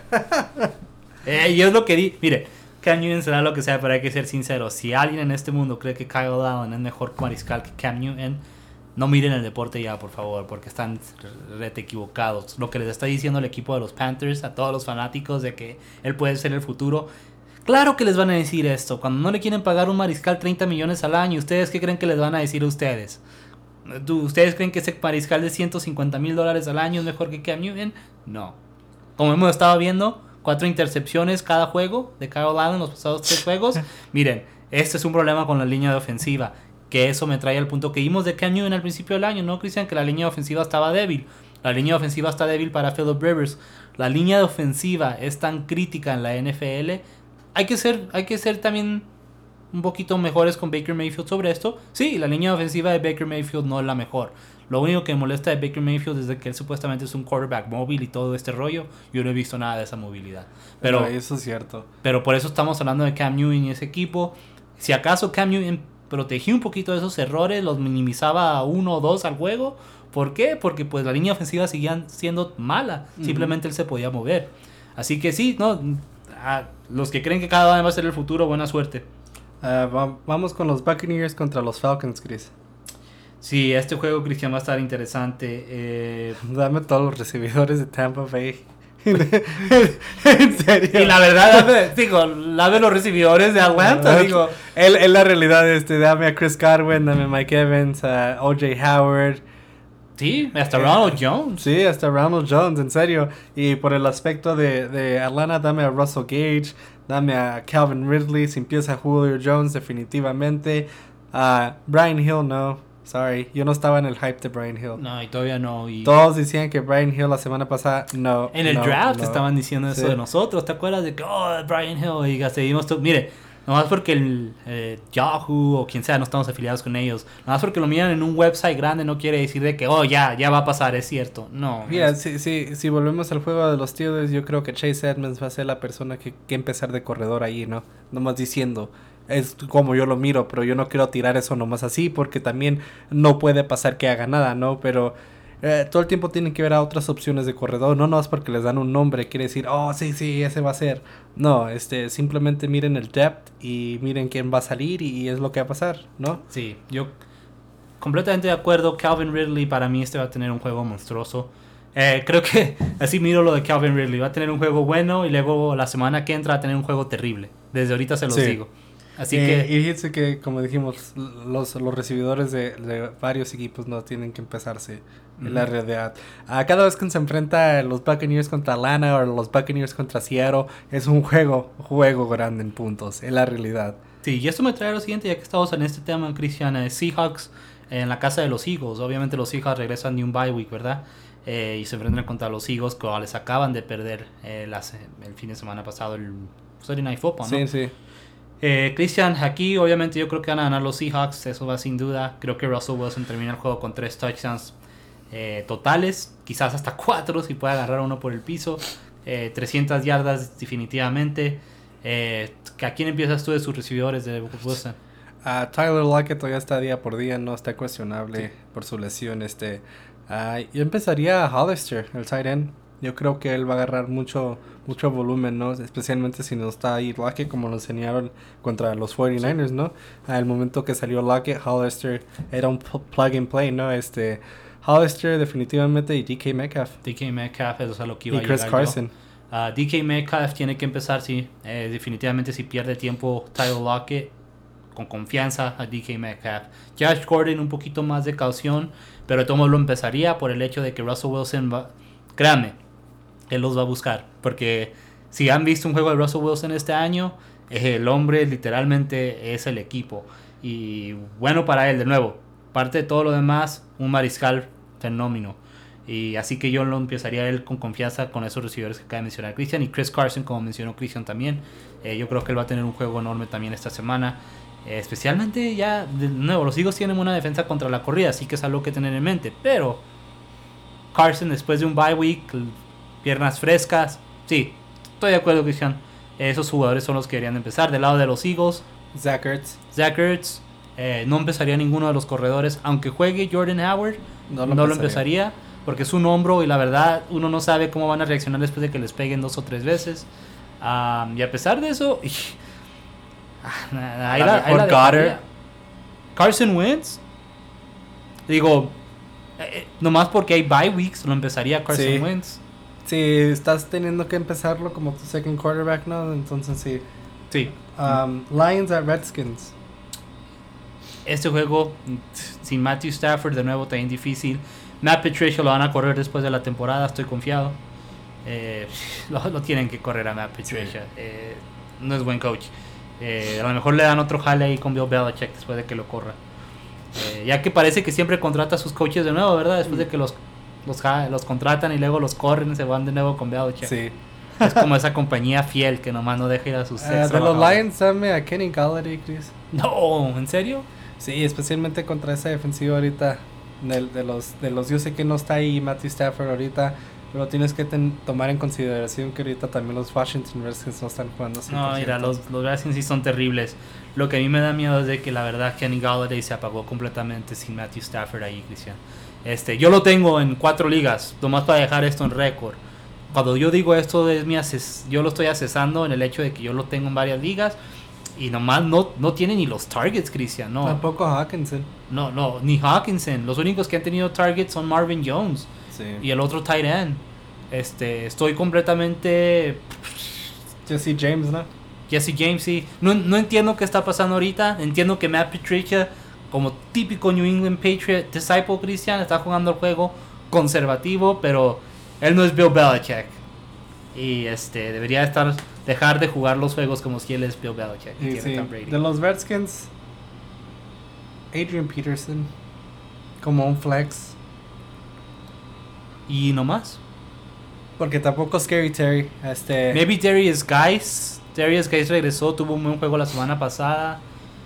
Eh, y es lo que di... Mire, Cam Newton será lo que sea, pero hay que ser sincero. Si alguien en este mundo cree que Kyle Allen es mejor mariscal que Cam Newton, no miren el deporte ya, por favor, porque están rete equivocados. Lo que les está diciendo el equipo de los Panthers a todos los fanáticos de que él puede ser el futuro... Claro que les van a decir esto. Cuando no le quieren pagar un mariscal treinta millones al año, ¿ustedes qué creen que les van a decir a ustedes? ¿Ustedes creen que ese mariscal de ciento cincuenta mil dólares al año es mejor que Cam Newton? No. Como hemos estado viendo, cuatro intercepciones cada juego de Kyle Allen en los pasados tres juegos. Miren, este es un problema con la línea de ofensiva. Que eso me trae al punto que vimos de Cam Newton al principio del año, ¿no, Cristian? Que la línea ofensiva estaba débil. La línea ofensiva está débil para Philip Rivers. La línea de ofensiva es tan crítica en la N F L. Hay que ser, hay que ser también un poquito mejores con Baker Mayfield sobre esto. Sí, la línea ofensiva de Baker Mayfield no es la mejor. Lo único que me molesta de Baker Mayfield es de que él supuestamente es un quarterback móvil y todo este rollo. Yo no he visto nada de esa movilidad. Pero no, eso es cierto. Pero por eso estamos hablando de Cam Newton y ese equipo. Si acaso Cam Newton protegió un poquito de esos errores, los minimizaba a uno o dos al juego. ¿Por qué? Porque pues la línea ofensiva seguía siendo mala. Uh-huh. Simplemente él se podía mover. Así que sí, no... A los que creen que cada vez va a ser el futuro, buena suerte. Uh, va- vamos con los Buccaneers contra los Falcons, Chris. Sí, este juego, Cristian, va a estar interesante. Eh... Dame todos los recibidores de Tampa Bay. En serio. Y la verdad, dame, digo, dame los recibidores de Atlanta, digo. En, en la realidad, este, dame a Chris Godwin, dame a Mike Evans, a O J Howard. Sí, hasta Ronald Jones. Sí, hasta Ronald Jones, en serio. Y por el aspecto de, de Atlanta, dame a Russell Gage, dame a Calvin Ridley. Si empieza Julio Jones, definitivamente. Uh, Brian Hill, no. Sorry, yo no estaba en el hype de Brian Hill. No, y todavía no. Y... Todos decían que Brian Hill la semana pasada, no. En el no, draft no. estaban diciendo eso sí. de nosotros. ¿Te acuerdas de que, oh, Brian Hill? Y seguimos todo. Mire, nomás porque el eh, Yahoo o quien sea, no estamos afiliados con ellos. Nomás porque lo miran en un website grande no quiere decir de que, oh, ya, ya va a pasar, es cierto. No. Mira, es... si, si, si volvemos al juego de los Steelers, yo creo que Chase Edmonds va a ser la persona que, que empezar de corredor ahí, ¿no? Nomás diciendo, es como yo lo miro, pero yo no quiero tirar eso nomás así, porque también no puede pasar que haga nada, ¿no? Pero eh, todo el tiempo tienen que ver a otras opciones de corredor, no nomás porque les dan un nombre, quiere decir, oh, sí, sí, ese va a ser. No, este, simplemente miren el depth y miren quién va a salir y, y es lo que va a pasar, ¿no? Sí, yo completamente de acuerdo. Calvin Ridley, para mí este va a tener un juego monstruoso. Eh, creo que así miro lo de Calvin Ridley. Va a tener un juego bueno y luego la semana que entra va a tener un juego terrible. Desde ahorita se los sí. digo. Así eh, que... Y fíjense que, como dijimos, los, los recibidores de, de varios equipos no tienen que empezarse uh-huh. en la realidad. Uh, cada vez que se enfrenta los Buccaneers contra Atlanta o los Buccaneers contra Seattle, es un juego, juego grande en puntos, en la realidad. Sí, y esto me trae lo siguiente, ya que estamos en este tema, Cristian, eh, Seahawks en la casa de los Eagles. Obviamente los Seahawks regresan de un bye week, ¿verdad? Eh, y se enfrentan contra los Eagles, que les acaban de perder eh, las, el fin de semana pasado, el Sunday Night Football, ¿no? Sí, sí. Eh, Cristian, aquí obviamente yo creo que van a ganar los Seahawks, eso va sin duda. Creo que Russell Wilson termina el juego con tres touchdowns eh, totales, quizás hasta cuatro si puede agarrar uno por el piso. Eh, trescientas yardas definitivamente. Eh, ¿A quién empiezas tú de sus recibidores de Wilson? Uh, Tyler Lockett todavía está día por día, no está cuestionable sí. por su lesión. Este, uh, yo empezaría a Hollister, el tight end. Yo creo que él va a agarrar mucho mucho volumen, ¿no? Especialmente si no está ahí Lockett, como lo enseñaron contra los cuarenta y nueve ers, ¿no? Al momento que salió Lockett, Hollister era un plug and play, ¿no? Este, Hollister definitivamente y D K Metcalf. D K Metcalf, eso es a lo que iba Y a Chris llegar Carson. yo. Uh, D K Metcalf tiene que empezar, sí. Eh, definitivamente si pierde tiempo Tyler Lockett, con confianza a D K Metcalf. Josh Gordon un poquito más de caución, pero de todo modo lo empezaría por el hecho de que Russell Wilson va... Créanme, él los va a buscar. Porque si han visto un juego de Russell Wilson este año, el hombre literalmente es el equipo. Y bueno para él, de nuevo. Parte de todo lo demás, un mariscal fenómeno. Y así que yo lo empezaría él con confianza con esos recibidores que acaba de mencionar Christian. Y Chris Carson, como mencionó Christian también. Eh, yo creo que él va a tener un juego enorme también esta semana. Eh, especialmente ya, de nuevo, los Eagles tienen una defensa contra la corrida. Así que es algo que tener en mente. Pero Carson después de un bye week, piernas frescas. Sí, estoy de acuerdo, Christian. Esos jugadores son los que deberían empezar. Del lado de los Eagles, Zach Ertz. Zach Ertz. Eh, no empezaría ninguno de los corredores. Aunque juegue Jordan Howard, No no lo lo, empezaría. empezaría. Porque es un hombro y la verdad uno no sabe cómo van a reaccionar después de que les peguen dos o tres veces. Um, y a pesar de eso... ahí A la- lo ahí mejor la Goddard. dejaría. Carson Wentz. Digo, eh, nomás porque hay bye weeks lo empezaría Carson Sí. Wentz. Si estás teniendo que empezarlo como tu second quarterback, ¿no? Entonces sí. Sí. Um, Lions at Redskins. Este juego sin Matthew Stafford de nuevo también difícil. Matt Patricia lo van a correr después de la temporada, estoy confiado. Eh, lo, lo tienen que correr a Matt Patricia. Eh, no es buen coach. Eh, a lo mejor le dan otro jale ahí con Bill Belichick después de que lo corra. Eh, ya que parece que siempre contrata a sus coaches de nuevo, ¿verdad? Después de que los, los, ja- los contratan y luego los corren y se van de nuevo con Belichick. Sí. Es como esa compañía fiel que nomás no deja ir a sus Uh, ex de los trabajadores. Lions, dame a Kenny Galladay, Chris. No, ¿en serio? Sí, especialmente contra esa defensiva ahorita. De, de los, de los, yo sé que no está ahí Matthew Stafford ahorita, pero tienes que ten- tomar en consideración que ahorita también los Washington Redskins no están jugando cien por ciento. No, mira, los, los Redskins sí son terribles. Lo que a mí me da miedo es de que la verdad Kenny Galladay se apagó completamente sin Matthew Stafford ahí, Cristian. Este, yo lo tengo en cuatro ligas, nomás para dejar esto en récord. Cuando yo digo esto, es mi ases- yo lo estoy accesando en el hecho de que yo lo tengo en varias ligas y nomás no, no tiene ni los targets, Cristian. No, Tampoco Hawkinson. no, no, ni Hawkinson. Los únicos que han tenido targets son Marvin Jones Sí. y el otro tight end. Este, estoy completamente... Jesse James, ¿no? Jesse James, sí. No, no entiendo qué está pasando ahorita. Entiendo que Matt Patricia, como típico New England Patriot, disciple Christian, está jugando el juego conservativo, pero él no es Bill Belichick. Y este debería estar dejar de jugar los juegos como si él es Bill Belichick. y Y tiene sí, Tom Brady. de los Redskins, Adrian Peterson como un flex. Y no más. Porque tampoco Scary Terry. Este, Maybe Darius Guys. Darius Guys regresó, tuvo un buen juego la semana pasada.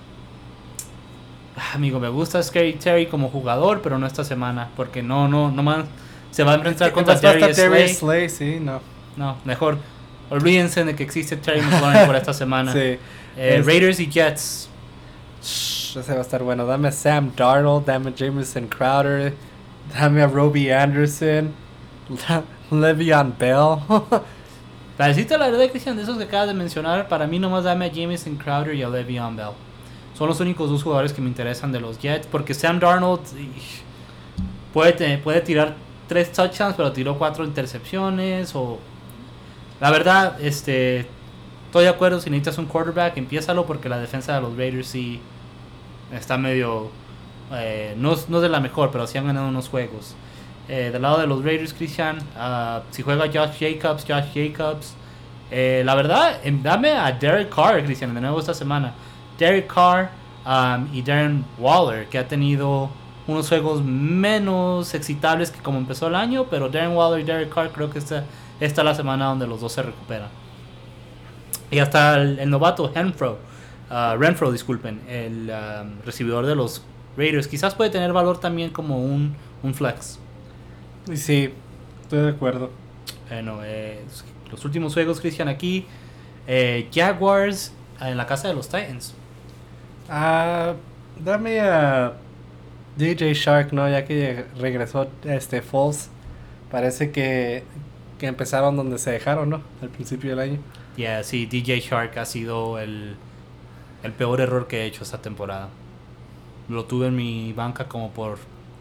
Ah, amigo, me gusta Scary Terry como jugador, pero no esta semana. Porque no, no, no más. Se va a enfrentar contra Hasta Darius Darius Slay. Slay, sí, no. No, mejor olvídense de que existe Terry McLaurin por esta semana. Sí. Eh, Es- Raiders y Jets. Shh, ese va a estar bueno. Dame a Sam Darnold, dame a Jameson Crowder, dame a Robbie Anderson, Le'Veon Bell. Para decirte la verdad, Cristian, de esos que acabas de mencionar, para mí nomás dame a Jamison Crowder y a Le'Veon Bell. Son los únicos dos jugadores que me interesan de los Jets, porque Sam Darnold ish, puede, te- puede tirar tres touchdowns, pero tiró cuatro intercepciones. O la verdad, este, estoy de acuerdo, si necesitas un quarterback, empiézalo, porque la defensa de los Raiders sí está medio, eh, no, es- no es de la mejor, pero sí han ganado unos juegos. Eh, del lado de los Raiders, Christian, ah, si juega Josh Jacobs, Josh Jacobs. Eh, la verdad, em, dame a Derek Carr, Christian, de nuevo esta semana. Derek Carr um, y Darren Waller, que ha tenido unos juegos menos excitables que como empezó el año, pero Darren Waller y Derek Carr creo que esta, esta es la semana donde los dos se recuperan. Y hasta el, el novato Renfro, uh, Renfro, disculpen, el um, recibidor de los Raiders, quizás puede tener valor también como un, un flex. Y sí, estoy de acuerdo. Bueno, eh, los últimos juegos, Christian, aquí. Eh, Jaguars en la casa de los Titans. Ah, dame a D J Shark, ¿no? Ya que regresó este Foles. Parece que, que empezaron donde se dejaron, ¿no? Al principio del año. Yeah, sí, D J Shark ha sido el, el peor error que he hecho esta temporada. Lo tuve en mi banca como por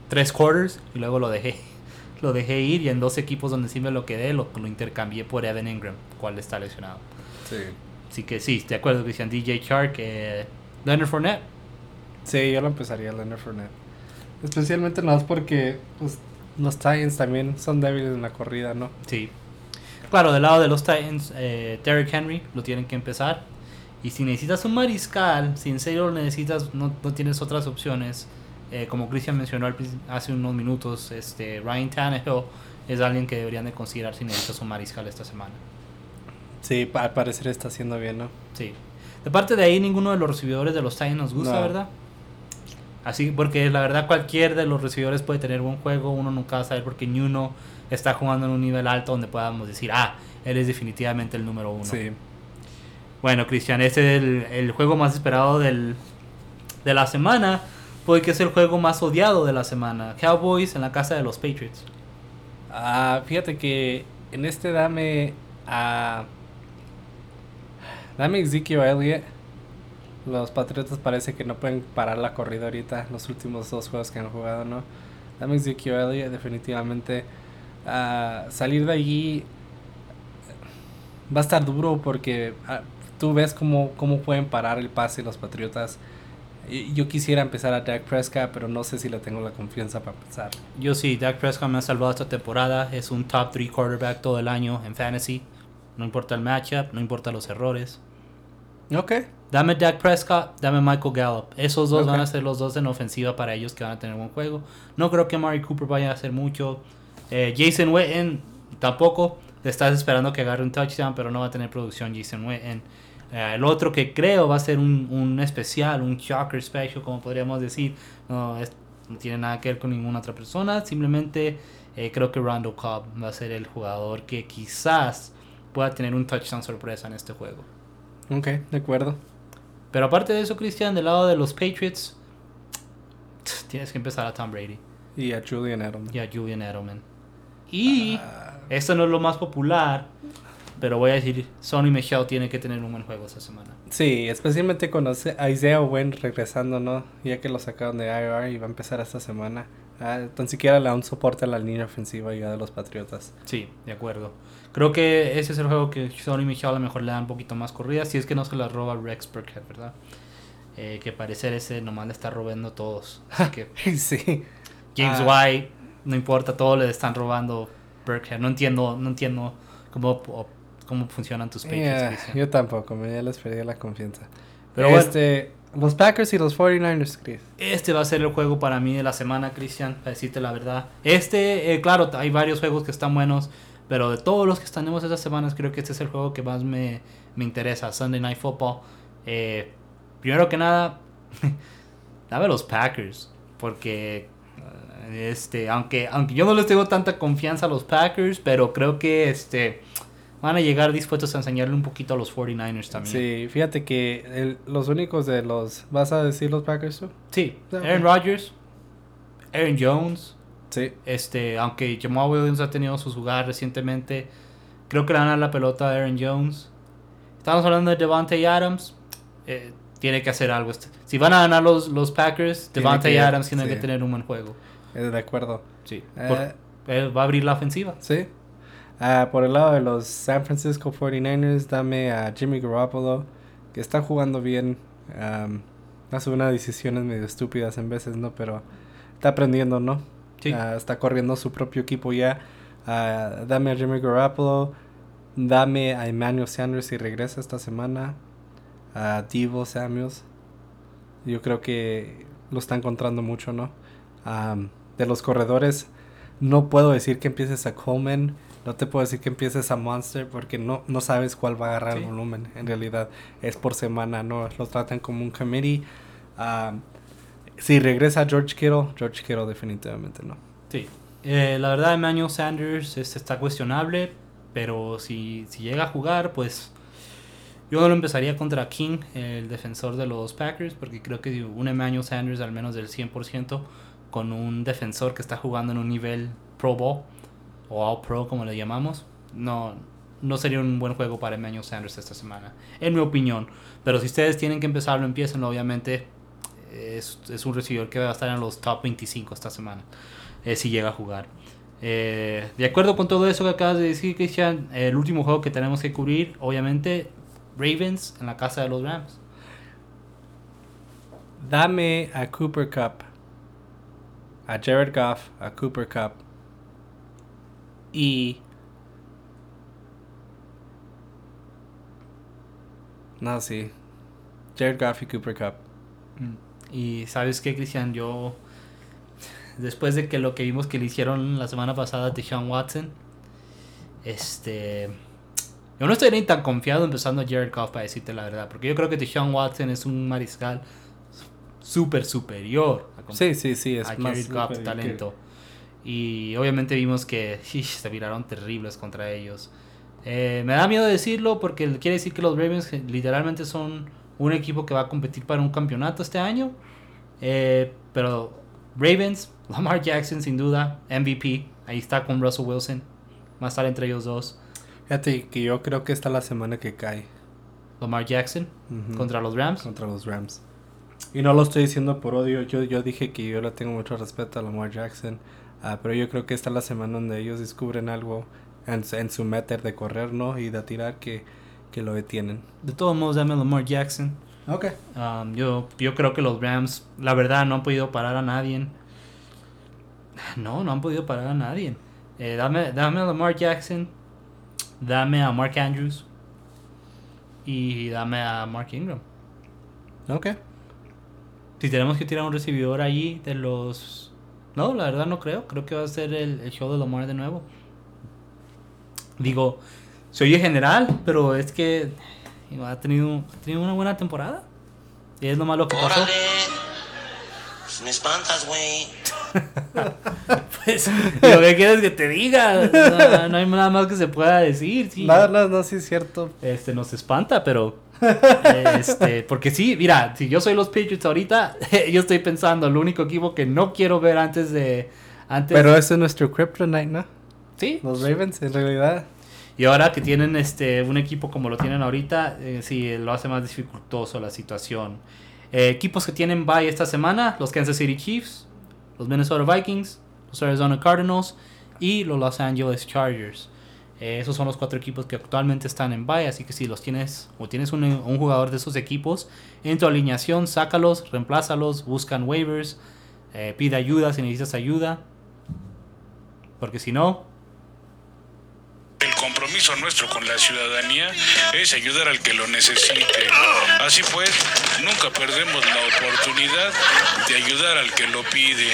tres quarters y luego lo dejé lo dejé ir, y en dos equipos donde sí me lo quedé lo, lo intercambié por Evan Ingram, cual está lesionado. Sí. Así que sí, de acuerdo, Cristian. D J Chark, eh, Leonard Fournette. Sí, yo lo empezaría Leonard Fournette. Especialmente nada más porque pues, los Titans también son débiles en la corrida, ¿no? Sí. Claro, del lado de los Titans, eh, Derrick Henry lo tienen que empezar. Y si necesitas un mariscal, si en serio lo necesitas, no, no tienes otras opciones. Eh, como Cristian mencionó al, hace unos minutos, este Ryan Tannehill es alguien que deberían de considerar si necesitas un mariscal esta semana. Sí, al parecer está haciendo bien, ¿no? Sí. De parte de ahí, ninguno de los recibidores de los Titans nos gusta, No. ¿verdad? Así, porque la verdad cualquier de los recibidores puede tener buen juego. Uno nunca va a saber porque ni uno está jugando en un nivel alto donde podamos decir, ah, él es definitivamente el número uno. Sí. Bueno, Cristian, este es el, el juego más esperado del, de la semana, porque es el juego más odiado de la semana. Cowboys en la casa de los Patriots. Ah, fíjate que en este dame a... Dame Ezekiel Elliott. Los Patriotas parece que no pueden parar la corrida ahorita, los últimos dos juegos que han jugado, ¿no? Dame Ezekiel Elliott, definitivamente. Ah, salir de allí va a estar duro porque ah, tú ves cómo, cómo pueden parar el pase los Patriotas. Y yo quisiera empezar a Dak Prescott, pero no sé si le tengo la confianza para empezar. Yo sí, Dak Prescott me ha salvado esta temporada. Es un top tres quarterback todo el año en fantasy. No importa el matchup, no importa los errores. Ok. Dame Dak Prescott, dame Michael Gallup. Esos dos Ok. van a ser los dos en ofensiva para ellos que van a tener buen juego. No creo que Amari Cooper vaya a hacer mucho. Eh, Jason Witten tampoco. Estás esperando que agarre un touchdown, pero no va a tener producción Jason Witten. Eh, el otro que creo va a ser un, un especial, un shocker special, como podríamos decir. No, es- no tiene nada que ver con ninguna otra persona. Simplemente eh, creo que Randall Cobb va a ser el jugador que quizás pueda tener un touchdown sorpresa en este juego. Ok, de acuerdo. Pero aparte de eso, Cristian, del lado de los Patriots, tienes que empezar a Tom Brady Y a Julian Edelman. y a Julian Edelman. Y esto no es lo más popular, pero voy a decir, Sonny Michel tiene que tener un buen juego esta semana. Sí, especialmente con Ose- Isaiah Wynn regresando, ¿no? Ya que lo sacaron de I R y va a empezar esta semana. Ah, tan siquiera le da un soporte a la línea ofensiva ya de los Patriotas. Sí, de acuerdo. Creo que ese es el juego que Sonny Michel a lo mejor le da un poquito más corrida, si es que no se la roba Rex Burkhead, ¿verdad? Eh, que parecer ese nomás le está robando a todos. Así que Sí. James Ah. White, no importa, todos le están robando Burkhead. No entiendo, no entiendo cómo, cómo funcionan tus Patriots, Yeah, Cristian. yo tampoco, me ya les perdí la confianza. Pero Pero este, los Packers y los cuarenta y nueve ers, Chris. Este va a ser el juego para mí de la semana, Cristian, para decirte la verdad. Este, eh, claro, hay varios juegos que están buenos, pero de todos los que tenemos estas semanas, creo que este es el juego que más me, me interesa. Sunday Night Football. Eh, primero que nada, dame los Packers, porque eh, este, aunque, aunque yo no les tengo tanta confianza a los Packers, pero creo que este van a llegar dispuestos a enseñarle un poquito a los cuarenta y nueve ers también. Sí, fíjate que el- los únicos de los... ¿Vas a decir los Packers tú? Sí, Ok. Aaron Rodgers, Aaron Jones. Sí. Este, aunque Jamal Williams ha tenido sus jugadas recientemente, creo que le van a dar la pelota a Aaron Jones. Estamos hablando de Devontae Adams. Eh, tiene que hacer algo. Este- Si van a ganar los, los Packers, Tiene Devontae que- Adams tiene sí. que tener un buen juego. Eh, de acuerdo. Sí. Eh, Por- él va a abrir la ofensiva. Sí. Ah, por el lado de los San Francisco cuarenta y nueve ers, dame a Jimmy Garoppolo, que está jugando bien. Am, hace unas decisiones medio estúpidas en veces, ¿no? Pero está aprendiendo, ¿no? Sí. Ah, está corriendo su propio equipo ya. Ah, dame a Jimmy Garoppolo. Dame a Emmanuel Sanders si regresa esta semana. A Deebo Samuels. Yo creo que lo está encontrando mucho, ¿no? Am, de los corredores, no puedo decir que empieces a Coleman. No te puedo decir que empieces a Monster porque no, no sabes cuál va a agarrar Sí. el volumen. En realidad es por semana, ¿no? Lo tratan como un committee. Am, si regresa George Kittle, George Kittle definitivamente no. Sí. Eh, la verdad, Emmanuel Sanders este, está cuestionable, pero si, si llega a jugar, pues yo no lo empezaría contra King, el defensor de los Packers, porque creo que un Emmanuel Sanders al menos del cien por ciento con un defensor que está jugando en un nivel Pro Bowl o All Pro como le llamamos, no, no sería un buen juego para Emmanuel Sanders esta semana, en mi opinión. Pero si ustedes tienen que empezarlo, empiecen, obviamente. es, es un recibidor que va a estar en los top veinticinco esta semana, eh, si llega a jugar. Eh, de acuerdo con todo eso que acabas de decir, Cristian, el último juego que tenemos que cubrir, obviamente, Ravens en la casa de los Rams. Dame a Cooper Kupp, a Jared Goff, a Cooper Kupp y... No, sí. Jared Goff y Cooper Kupp. Y ¿sabes qué, Cristian? Yo, después de que lo que vimos que le hicieron la semana pasada a Deshaun Watson, este... Yo no estoy ni tan confiado empezando a Jared Goff, para decirte la verdad, porque yo creo que Deshaun Watson es un mariscal súper superior a, Sí, sí, sí, es a más Jared Goff superior talento. Y obviamente vimos que shish, se viraron terribles contra ellos. Eh, me da miedo decirlo porque quiere decir que los Ravens literalmente son un equipo que va a competir para un campeonato este año. Eh, pero Ravens, Lamar Jackson sin duda, M V P, ahí está con Russell Wilson, va a estar entre ellos dos. Fíjate que yo creo que esta es la semana que cae. Lamar Jackson Ujú. contra los Rams. Contra los Rams. Y no lo estoy diciendo por odio. Yo, yo dije que yo le tengo mucho respeto a Lamar Jackson. Uh, pero yo creo que esta es la semana donde ellos descubren algo en, en su meter de correr, ¿no? Y de tirar que, que lo detienen. De todos modos, dame a Lamar Jackson. Ok. Um, yo, yo creo que los Rams, la verdad, no han podido parar a nadie. No, no han podido parar a nadie. Eh, dame, dame a Lamar Jackson. Dame a Mark Andrews. Y dame a Mark Ingram. Ok. Si tenemos que tirar un recibidor ahí de los... No, la verdad no creo. Creo que va a ser el, el show de Lamar de nuevo. Digo, se oye general, pero es que ha tenido, ha tenido una buena temporada. Y es lo malo que pasó. Órale. Pues me espantas, güey. Pues, lo que quieres que te diga. No, no hay nada más que se pueda decir. Sí. No, no, no, sí es cierto. Este, nos espanta, pero... este, porque sí, mira, si yo soy los Patriots ahorita, yo estoy pensando, el único equipo que no quiero ver antes de... Antes Pero ese es nuestro kryptonite, ¿no? Sí. Los Ravens, en realidad. Y ahora que tienen este un equipo como lo tienen ahorita, eh, sí, lo hace más dificultoso la situación. Eh, equipos que tienen bye esta semana, los Kansas City Chiefs, los Minnesota Vikings, los Arizona Cardinals y los Los Angeles Chargers. Eh, esos son los cuatro equipos que actualmente están en bye, así que si los tienes o tienes un, un jugador de esos equipos en tu alineación, sácalos, reemplázalos, buscan waivers, eh, pide ayuda si necesitas ayuda, porque si no... El compromiso nuestro con la ciudadanía es ayudar al que lo necesite. Así pues, nunca perdemos la oportunidad de ayudar al que lo pide.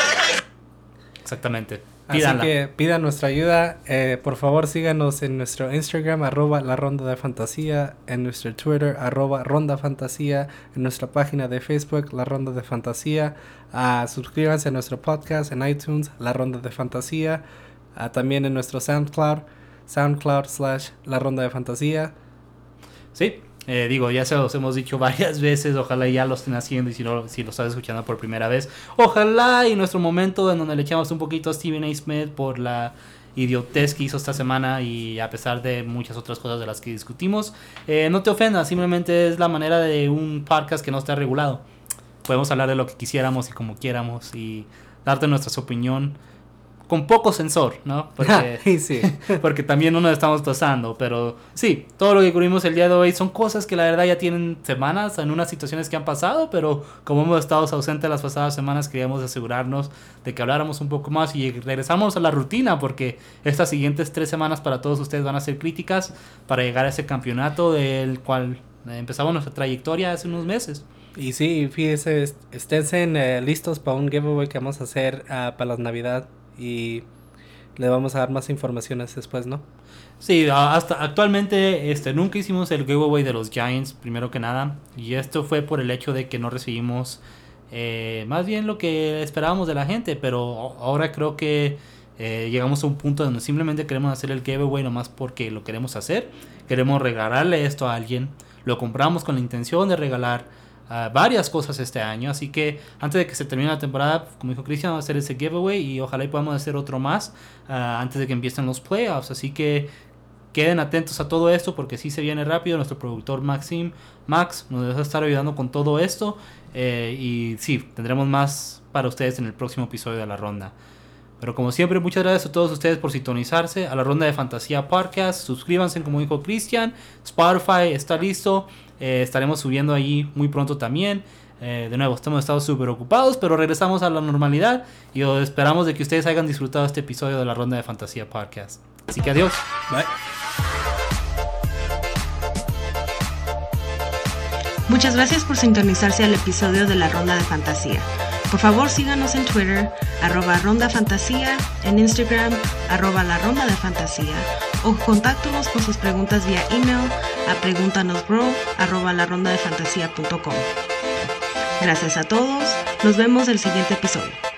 Exactamente. Pídanla. Así que pidan nuestra ayuda. Eh, por favor, síganos en nuestro Instagram, arroba la ronda de fantasía, en nuestro Twitter, arroba ronda fantasía, en nuestra página de Facebook, la ronda de fantasía. Uh, suscríbanse a nuestro podcast en iTunes, la ronda de fantasía. Uh, también en nuestro SoundCloud, SoundCloud slash la ronda de fantasía. Sí, eh, digo, ya se los hemos dicho varias veces, ojalá ya lo estén haciendo y si no, si lo estás escuchando por primera vez, ojalá y nuestro momento en donde le echamos un poquito a Stephen A. Smith por la idiotez que hizo esta semana y a pesar de muchas otras cosas de las que discutimos, eh, no te ofendas, simplemente es la manera de un podcast que no está regulado. Podemos hablar de lo que quisiéramos y como quieramos y darte nuestra opinión con poco sensor, ¿no? Porque, sí. porque también no nos estamos pasando, pero sí, todo lo que cubrimos el día de hoy son cosas que la verdad ya tienen semanas en unas situaciones que han pasado, pero como hemos estado ausentes las pasadas semanas, queríamos asegurarnos de que habláramos un poco más y regresamos a la rutina, porque estas siguientes tres semanas para todos ustedes van a ser críticas para llegar a ese campeonato del cual empezamos nuestra trayectoria hace unos meses. Y sí, fíjense, esténse eh, listos para un giveaway que vamos a hacer uh, para la Navidad. Y le vamos a dar más informaciones después, ¿no? Sí, hasta actualmente este, nunca hicimos el giveaway de los Giants, primero que nada. Y esto fue por el hecho de que no recibimos eh, más bien lo que esperábamos de la gente. Pero ahora creo que eh, llegamos a un punto donde simplemente queremos hacer el giveaway nomás porque lo queremos hacer. Queremos regalarle esto a alguien. Lo compramos con la intención de regalar Uh, varias cosas este año, así que antes de que se termine la temporada, como dijo Cristian, vamos a hacer ese giveaway y ojalá y podamos hacer otro más uh, antes de que empiecen los playoffs, así que queden atentos a todo esto porque sí se viene rápido. Nuestro productor Maxim Max nos va a estar ayudando con todo esto. Eh, y sí, tendremos más para ustedes en el próximo episodio de La Ronda. Pero como siempre, muchas gracias a todos ustedes por sintonizarse a La Ronda de Fantasía Podcast. Suscríbanse, como dijo Cristian. Spotify está listo. Eh, estaremos subiendo allí muy pronto también. Eh, de nuevo, hemos estado súper ocupados, pero regresamos a la normalidad. Y esperamos de que ustedes hayan disfrutado este episodio de La Ronda de Fantasía Podcast. Así que adiós. Bye. Muchas gracias por sintonizarse al episodio de La Ronda de Fantasía. Por favor, síganos en Twitter, arroba Ronda Fantasía, en Instagram, arroba La Ronda de Fantasía, o contáctenos con sus preguntas vía email a preguntanosbro, arroba la ronda de fantasía punto com. Gracias a todos, nos vemos el siguiente episodio.